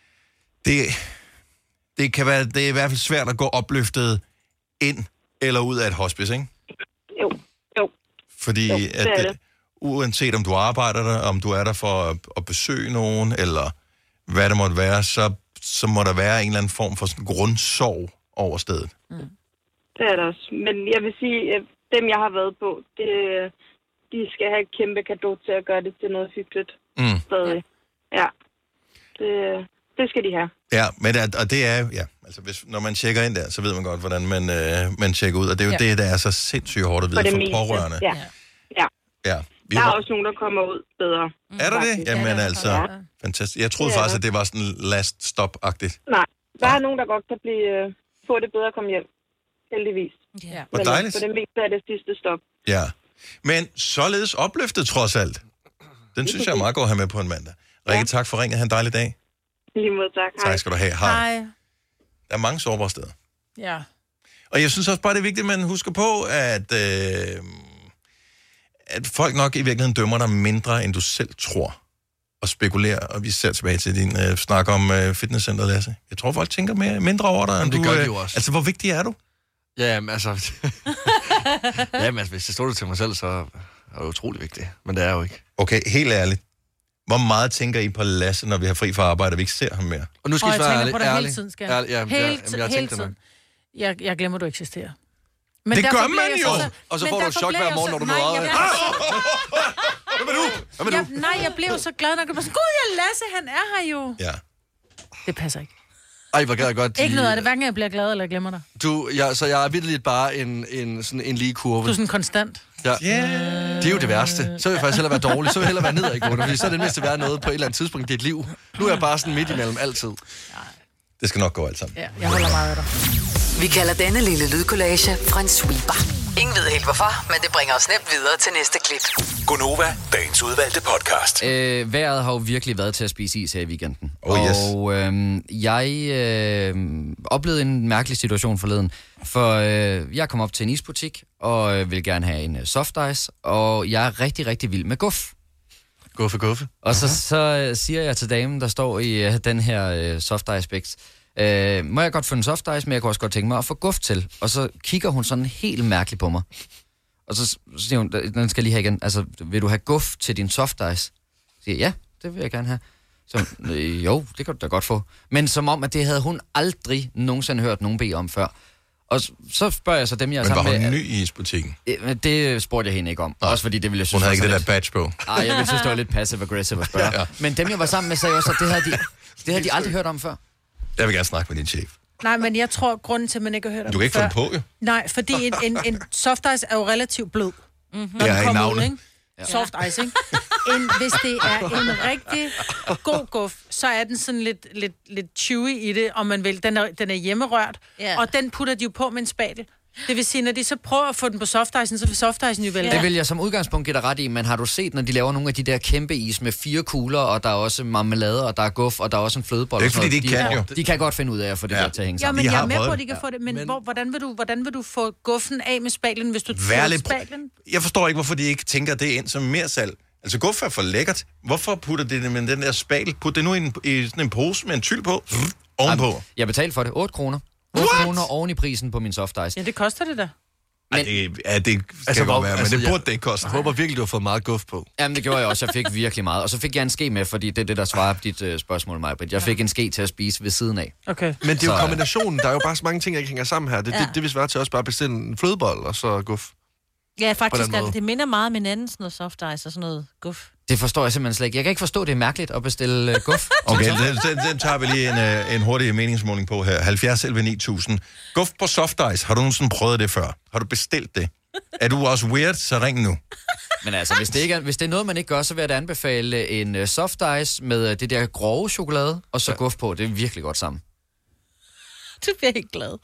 det kan være, det er i hvert fald svært at gå opløftet ind eller ud af et hospice, ikke? Jo. Fordi jo, det uanset om du arbejder der, om du er der for at besøge nogen, eller hvad det måtte være, så må der være en eller anden form for sådan grundsorg over stedet. Det er der også. Men jeg vil sige, dem jeg har været på, de skal have et kæmpe cadeau til at gøre det til noget hyggeligt. Stadig. Ja. Det skal de have. Ja, men og det er jo, altså når man tjekker ind der, så ved man godt, hvordan man tjekker ud. Og det er jo det, der er så sindssygt hårdt at vide for pårørende. Ja. Der er også nogen, der kommer ud bedre. Er der det? Jamen altså, fantastisk. Jeg troede faktisk, at det var sådan last stop-agtigt. Nej, der er nogen, der godt kan få det bedre at komme hjem. Heldigvis. Ja. Hvor dejligt. For det meste er det sidste stop. Ja. Men således opløftet trods alt. Den synes jeg er meget godt at have med på en mandag. Rikke, tak for ringet. Ha' en dejlig dag. Lige måde, tak. Tak skal du have. Hej. Der er mange sårbare steder. Ja. Og jeg synes også bare, det er vigtigt, at man husker på, at folk nok i virkeligheden dømmer dig mindre, end du selv tror. Og spekulerer. Og vi ser tilbage til din snak om fitnesscenter, Lasse. Jeg tror, folk tænker mindre over dig, end det du... gør de jo også. Altså, hvor vigtig er du? Jamen, altså... hvis det stod det til mig selv, så er det utrolig vigtigt. Men det er jo ikke. Okay, helt ærligt. Hvor meget tænker I på Lasse, når vi har fri fra arbejde, og vi ikke ser ham mere? Og nu skal I være ærlig. Jeg tænker på dig hele tiden, skal jeg. Hele tiden. Jeg glemmer, du eksisterer. Men det gør man jo! Og så får du et chok hver morgen, når du møder øjet. Hvad med du? Nej, jeg blev så glad, når du var sådan, gud, jeg Lasse, han er her jo. Ja. Det passer ikke. Ej, hvor gad jeg godt. Ikke noget af det, hverken jeg bliver glad, eller jeg glemmer dig. Så jeg er virkelig bare sådan en lige kurve. Du er sådan konstant. Ja. Det er jo det værste. Så vil jeg faktisk hellere være dårlig. Så vil jeg hellere være nedadgående, fordi så er det næste være noget på et eller andet tidspunkt i dit liv. Nu er jeg bare sådan midt imellem altid. Det skal nok gå alt sammen. Ja, jeg holder meget af dig. Vi kalder denne lille lydkollage en sweeper. Ingen ved helt hvorfor, men det bringer os nemt videre til næste klip. Gonova, dagens udvalgte podcast. Vejret har jo virkelig været til at spise is her i weekenden. Oh, yes. Jeg oplevede en mærkelig situation forleden, for jeg kom op til en isbutik og vil gerne have en soft ice, og jeg er rigtig, rigtig vild med guf. Guffe. Og så siger jeg til damen, der står i den her soft ice bæks, må jeg godt få en soft ice, men jeg kunne også godt tænke mig at få guf til. Og så kigger hun sådan helt mærkeligt på mig. Og så siger hun, den skal lige have igen, altså, vil du have guf til din soft ice? Så siger jeg, ja, det vil jeg gerne have. Så jo, det kan du da godt få. Men som om, at det havde hun aldrig nogensinde hørt nogen bede om før. Og så spørger jeg så dem, jeg er sammen med... Men var hun ny i isbutikken? Det spurgte jeg hende ikke om. Også fordi det ville jeg synes... Hun havde ikke det der badge på. Nej, jeg ville synes, det var lidt passive-aggressive at spørge. Ja. Men dem, jeg var sammen med, sagde også, at det havde de aldrig hørt om før. Jeg vil gerne snakke med din chef. Nej, men jeg tror, grunden til, at man ikke har hørt om du kan ikke få det på, jo. Nej, fordi en soft ice er jo relativt blød. Mm-hmm. Det er i navnet. Ud, ja. Soft ice, ikke? Hvis det er en rigtig god guf, så er den sådan lidt chewy i det, om man vil. Den er hjemmerørt, og den putter de jo på med en spatel. Det vil sige, når de så prøver at få den på softicen, så vil softicen jo vælge. Det vil jeg som udgangspunkt give dig ret i, men har du set, når de laver nogle af de der kæmpe is med 4 kugler, og der er også marmelade, og der er guf, og der er også en flødebold? Det er ikke, fordi de kan jo. De kan godt finde ud af at få det der til at hænge sammen. Ja, men jeg er med på, at de kan få det, men hvordan vil du få guffen af med spatlen, hvis du tager spatlen? Jeg forstår ikke, hvorfor de ikke tænker det ind som mere salg. Altså, guf er for lækkert. Hvorfor putter de det med den der spatel? Put det nu i sådan en pose med en tyld på, ovenpå. Jeg betalte for det 8 kroner. 8 kroner oven i prisen på min soft ice. Ja, det koster det da. Men, det skal godt være, men det burde det ikke koste. Jeg håber virkelig, du har fået meget guf på. Jamen, det gjorde jeg også. Jeg fik virkelig meget. Og så fik jeg en ske med, fordi det er det, der svarer på dit spørgsmål, Maj-Brit. Jeg fik en ske til at spise ved siden af. Okay. Men det er jo kombinationen. Der er jo bare så mange ting, der ikke hænger sammen her. Det vil svare til også bare at bestille en flødebold og så guf. Ja, faktisk. Det minder meget om hinanden, sådan noget soft ice og sådan noget guf. Det forstår jeg simpelthen slet ikke. Jeg kan ikke forstå, det er mærkeligt at bestille guf. Okay, den tager vi lige en hurtig meningsmåling på her. 70 11 9000. Guf på soft ice. Har du nogensinde prøvet det før? Har du bestilt det? Er du også weird, så ring nu. Men altså, hvis det er noget, man ikke gør, så vil jeg da anbefale en soft ice med det der grove chokolade, og så guf på. Det er virkelig godt sammen. Du bliver helt glad.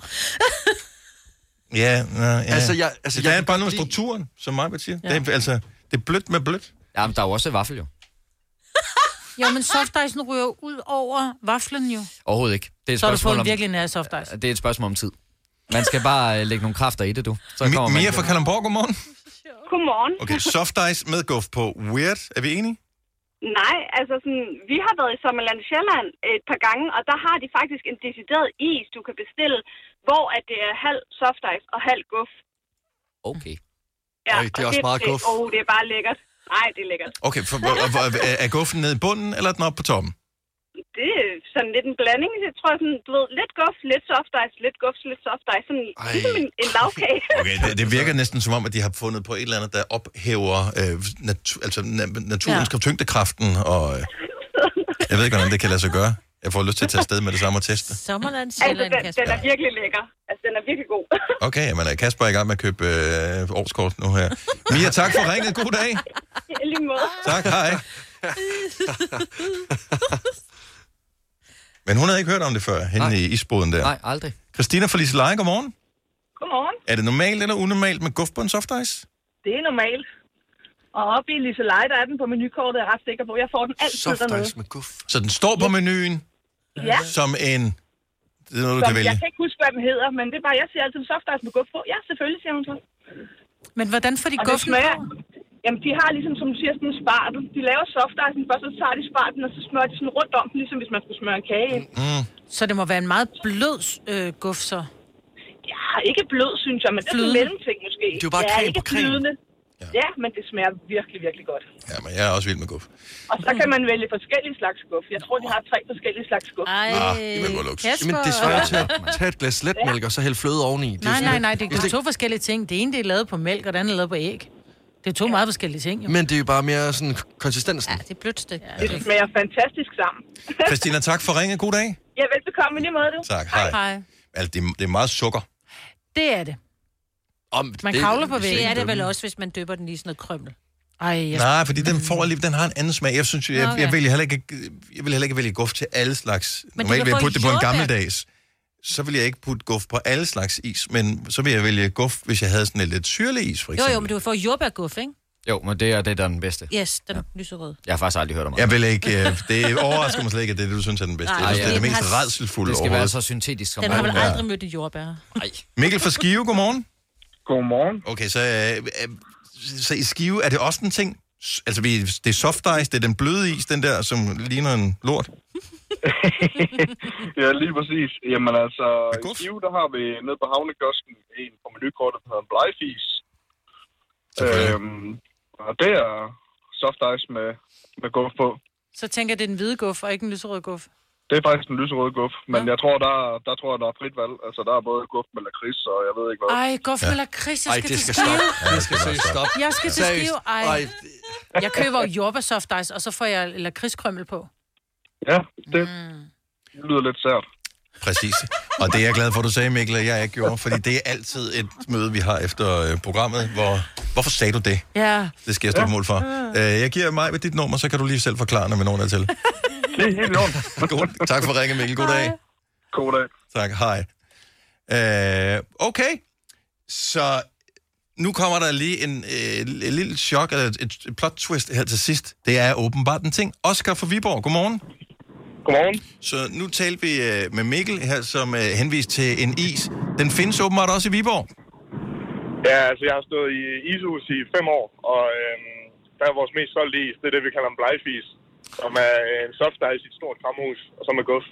Ja. Der er bare noget strukturen, som mig siger. Ja. Det er blødt med blødt. Jamen, der er jo også vaffel, jo. Jo, men softicen ryger ud over vaflen, jo. Overhovedet ikke. Det er et så har du fået virkelig nær softice. Det er et spørgsmål om tid. Man skal bare lægge nogle kræfter i det, du. Så Mia fra Kalundborg, godmorgen. Godmorgen. Okay, soft ice med guf på. Weird, er vi enige? Nej, altså sådan, vi har været i Sommerland Sjælland et par gange, og der har de faktisk en decideret is, du kan bestille, hvor at det er halv soft ice og halv guf. Okay. Ja, det er også meget guf. Det er bare lækkert. Nej, det er lækkert. Okay, er guffen nede i bunden, eller er den oppe på toppen? Det er sådan lidt en blanding. Jeg tror sådan, du ved, lidt guf, lidt soft ice, lidt guf, lidt soft ice. Sådan ligesom en lavkage. Okay, det virker næsten som om, at de har fundet på et eller andet, der ophæver naturens tyngdekraften, og jeg ved ikke, hvordan det kan lade sig gøre. Jeg får lyst til at tage afsted med det samme og teste. Sommerland Sjælland, Kasper. Den er virkelig lækker. Altså, den er virkelig god. Okay, jamen Kasper er i gang med at købe årskort nu her. Mia, tak for ringet. God dag. I lige måde. Tak, hej. Men hun havde ikke hørt om det før, hende i isboden der. Nej, aldrig. Christina fra Liseleje, godmorgen. Godmorgen. Er det normalt eller unormalt med guf på en soft ice? Det er normalt. Og oppe i Liseleje, der er den på menukortet, jeg er ret sikker på. Jeg får den altid dernede. Soft ice med guf. Så den står på menuen som en... Det er noget, du kan vælge. Jeg kan ikke huske, hvad den hedder, men det er bare, jeg siger altid soft ice med guf på. Ja, selvfølgelig, siger hun så. Men hvordan får de guffen på? Jamen, de har ligesom, som du siger, sådan en spartel. De laver soft ice først, så tager de sparten, og så smører de sådan rundt om den, ligesom hvis man skulle smøre en kage ind. Så det må være en meget blød guf, så? Ja, ikke blød, synes jeg, men det er en mellemting måske. Det er jo bare creme på creme. Ja, men det smager virkelig, virkelig godt. Ja, men jeg er også vild med guf. Og så kan man vælge forskellige slags guf. Jeg tror, de har 3 forskellige slags guf. Men det svarer til at tage et glas letmælk, og så hælde fløde oveni. Nej, det er 2 forskellige ting. Det ene, det er lavet på mælk, og det andet er lavet på æg. Det er 2 meget forskellige ting, jo. Men det er jo bare mere sådan konsistensen. Ja, det er blødt stykke. Ja, det smager fantastisk sammen. Christina, tak for ringet. God dag. Ja, velbekomme i lige måde, du. Tak, hej. Altså, det er meget sukker. Det er det. Man kravler på væggen. Det er det vel også, hvis man døber den i sådan noget krømmel. Nej, fordi den har en anden smag. Jeg synes, jeg vil heller ikke vælge guf til alle slags. Normalt vil jeg putte det på en gammeldags. Så vil jeg ikke putte guf på alle slags is, men så vil jeg vælge guf, hvis jeg havde sådan en lidt syrlig is, for eksempel. Jo, men du vil få jordbærguf, ikke? Jo, men det er den bedste. Yes, den lyserød. Jeg har faktisk aldrig hørt om det. Jeg vil ikke, det overrasker mig slet ikke, at det er det, du synes er den bedste. Jeg synes, det er det mest rædselsfulde Det skal være så syntetisk som den har vel aldrig mødt et jordbær. Nej. Mikkel fra Skive, godmorgen. Godmorgen. Okay, så i Skive, er det også en ting? Altså, det er soft ice, det er den bløde is, den der, som ligner en lort? Ja, lige præcis. Jamen altså, i Skive, der har vi nede på havnekiosken en på menukortet, der hedder en blegfis. Og det er soft ice med guf på. Så tænker jeg, det er den hvide guf, og ikke en lyserød guf? Det er faktisk en lyserød guf, men jeg tror, der er frit valg. Altså, der er både guf med lakrids, og jeg ved ikke hvad. Ej, guf med lakrids, jeg skal til Skive. Det skal seriøst stoppe. Jeg skal til Skive, ej. Jeg køber jo jordbær soft ice, og så får jeg lakridskrømmel på. Ja, det lyder lidt sært. Præcis. Og det er jeg glad for, du sagde, Mikkel, at jeg ikke gjorde, fordi det er altid et møde, vi har efter programmet, hvorfor sagde du det? Ja. Det skal jeg stå på mål for. Jeg giver mig ved dit nummer, så kan du lige selv forklare, når vi når der til. Det er helt i orden. Tak for ringen, Mikkel. God dag. God dag. Tak, hej. Okay, så nu kommer der lige en lille chok, eller et plot twist her til sidst. Det er åbenbart en ting. Oscar fra Viborg, godmorgen. Godmorgen. Så nu talte vi med Mikkel her, som henviste til en is. Den findes åbenbart også i Viborg. Ja, altså jeg har stået i ishus i 5 år, og der er vores mest solgte is. Det er det, vi kalder en blegfis, som er en soft ice i et stort kramhus, og som er guf.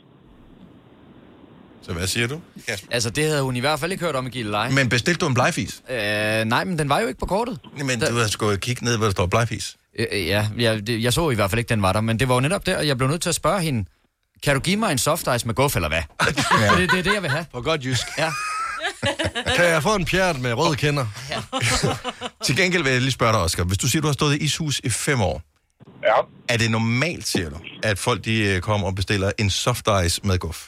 Så hvad siger du? Altså, det havde hun i hvert fald ikke hørt om at give lege. Men bestilte du en blegfis? Nej, men den var jo ikke på kortet. Men du har sgu kigge ned, hvor der står blegfis. Jeg så i hvert fald ikke, den var der, men det var jo netop der, og jeg blev nødt til at spørge hende, kan du give mig en soft ice med guf, eller hvad? Ja. Det er det, jeg vil have. På godt jysk. Ja. Kan jeg få en pjert med røde kender? Ja. Til gengæld vil jeg lige spørge dig, Oscar. Hvis du siger, du har stået i ishus i 5 år, er det normalt, siger du, at folk de kommer og bestiller en soft ice med guf?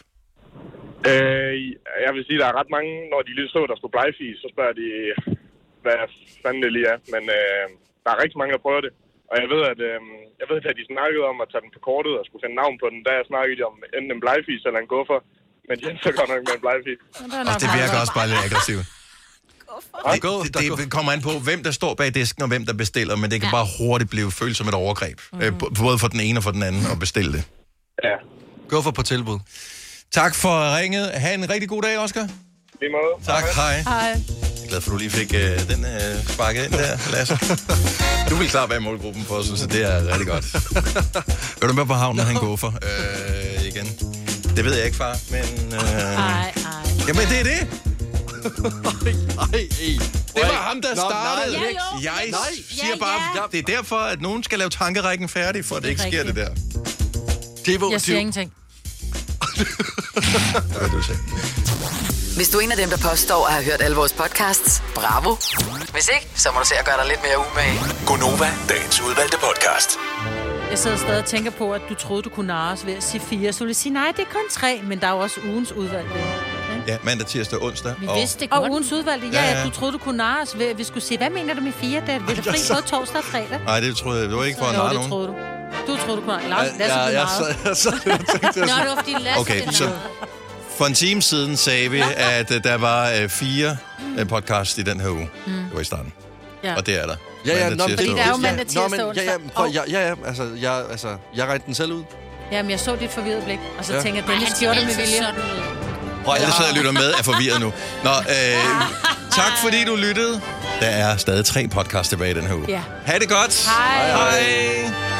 Jeg vil sige, der er ret mange, når de lige så, der stod blegfis, så spørger de, hvad fanden det lige er. Men der er rigtig mange, der prøver det. Og jeg ved, at de snakkede om at tage den på kortet og skulle sende navn på den. Der snakkede de om enten en blegfis eller en guffer. Men de så godt nok med en blegfis. Og det virker også bare lidt aggressivt. Det kommer an på, hvem der står bag disken og hvem der bestiller, men det kan bare hurtigt blive følt som et overgreb. Både for den ene og for den anden at bestille det. Ja. Guffer på tilbud. Tak for ringet. Ha' en rigtig god dag, Oscar. Lige måde. Tak, hej. Hej. Jeg er glad for, at du lige fik den sparket ind der, Lasse. Du vil klart være i målgruppen for os, så det er rigtig godt. Er du med på havnen, han går for igen? Det ved jeg ikke, far, men... Jamen, det er det. Det var ham, der startede. Jeg siger bare, det er derfor, at nogen skal lave tankerækken færdig, for at det ikke sker det der. Jeg siger ingenting. Hvis du er en af dem, der påstår at have hørt alle vores podcasts, bravo. Hvis ikke, så må du se at gøre dig lidt mere umage. Gonova, dagens udvalgte podcast. Jeg sidder stadig og tænker på, at du troede, du kunne narre os ved at sige 4. Så ville jeg sige, nej, det er kun 3, men der er jo også ugens udvalgte. Ja, mandag, tirsdag, onsdag. Vi vidste det godt. Og ugens udvalgte, ja, du troede, du kunne narre os ved, at vi skulle sige, hvad mener du med 4? Det er fri både torsdag og fredag. Nej, det troede jeg. Det var ikke for at narre nogen. Det troede du. Du troede, du kunne narre. Lasse blev narret. Nå, det var fordi Lasse okay, så for en time siden sagde vi, at der var 4 podcasts i den her uge. Det var i starten. Ja. Og det er der. Fordi der er jo mandag, tirsdag, onsdag. Jeg regnede den selv ud. Jamen, jeg så dit forvirrede blik, og så tænkte jeg, Dennis gjorde det med vilje. Alle sidder og lytter med, er forvirret nu. Nå, tak fordi du lyttede. Der er stadig 3 podcasts tilbage i den her uge. Ja. Ha' det godt. Hej. Hej.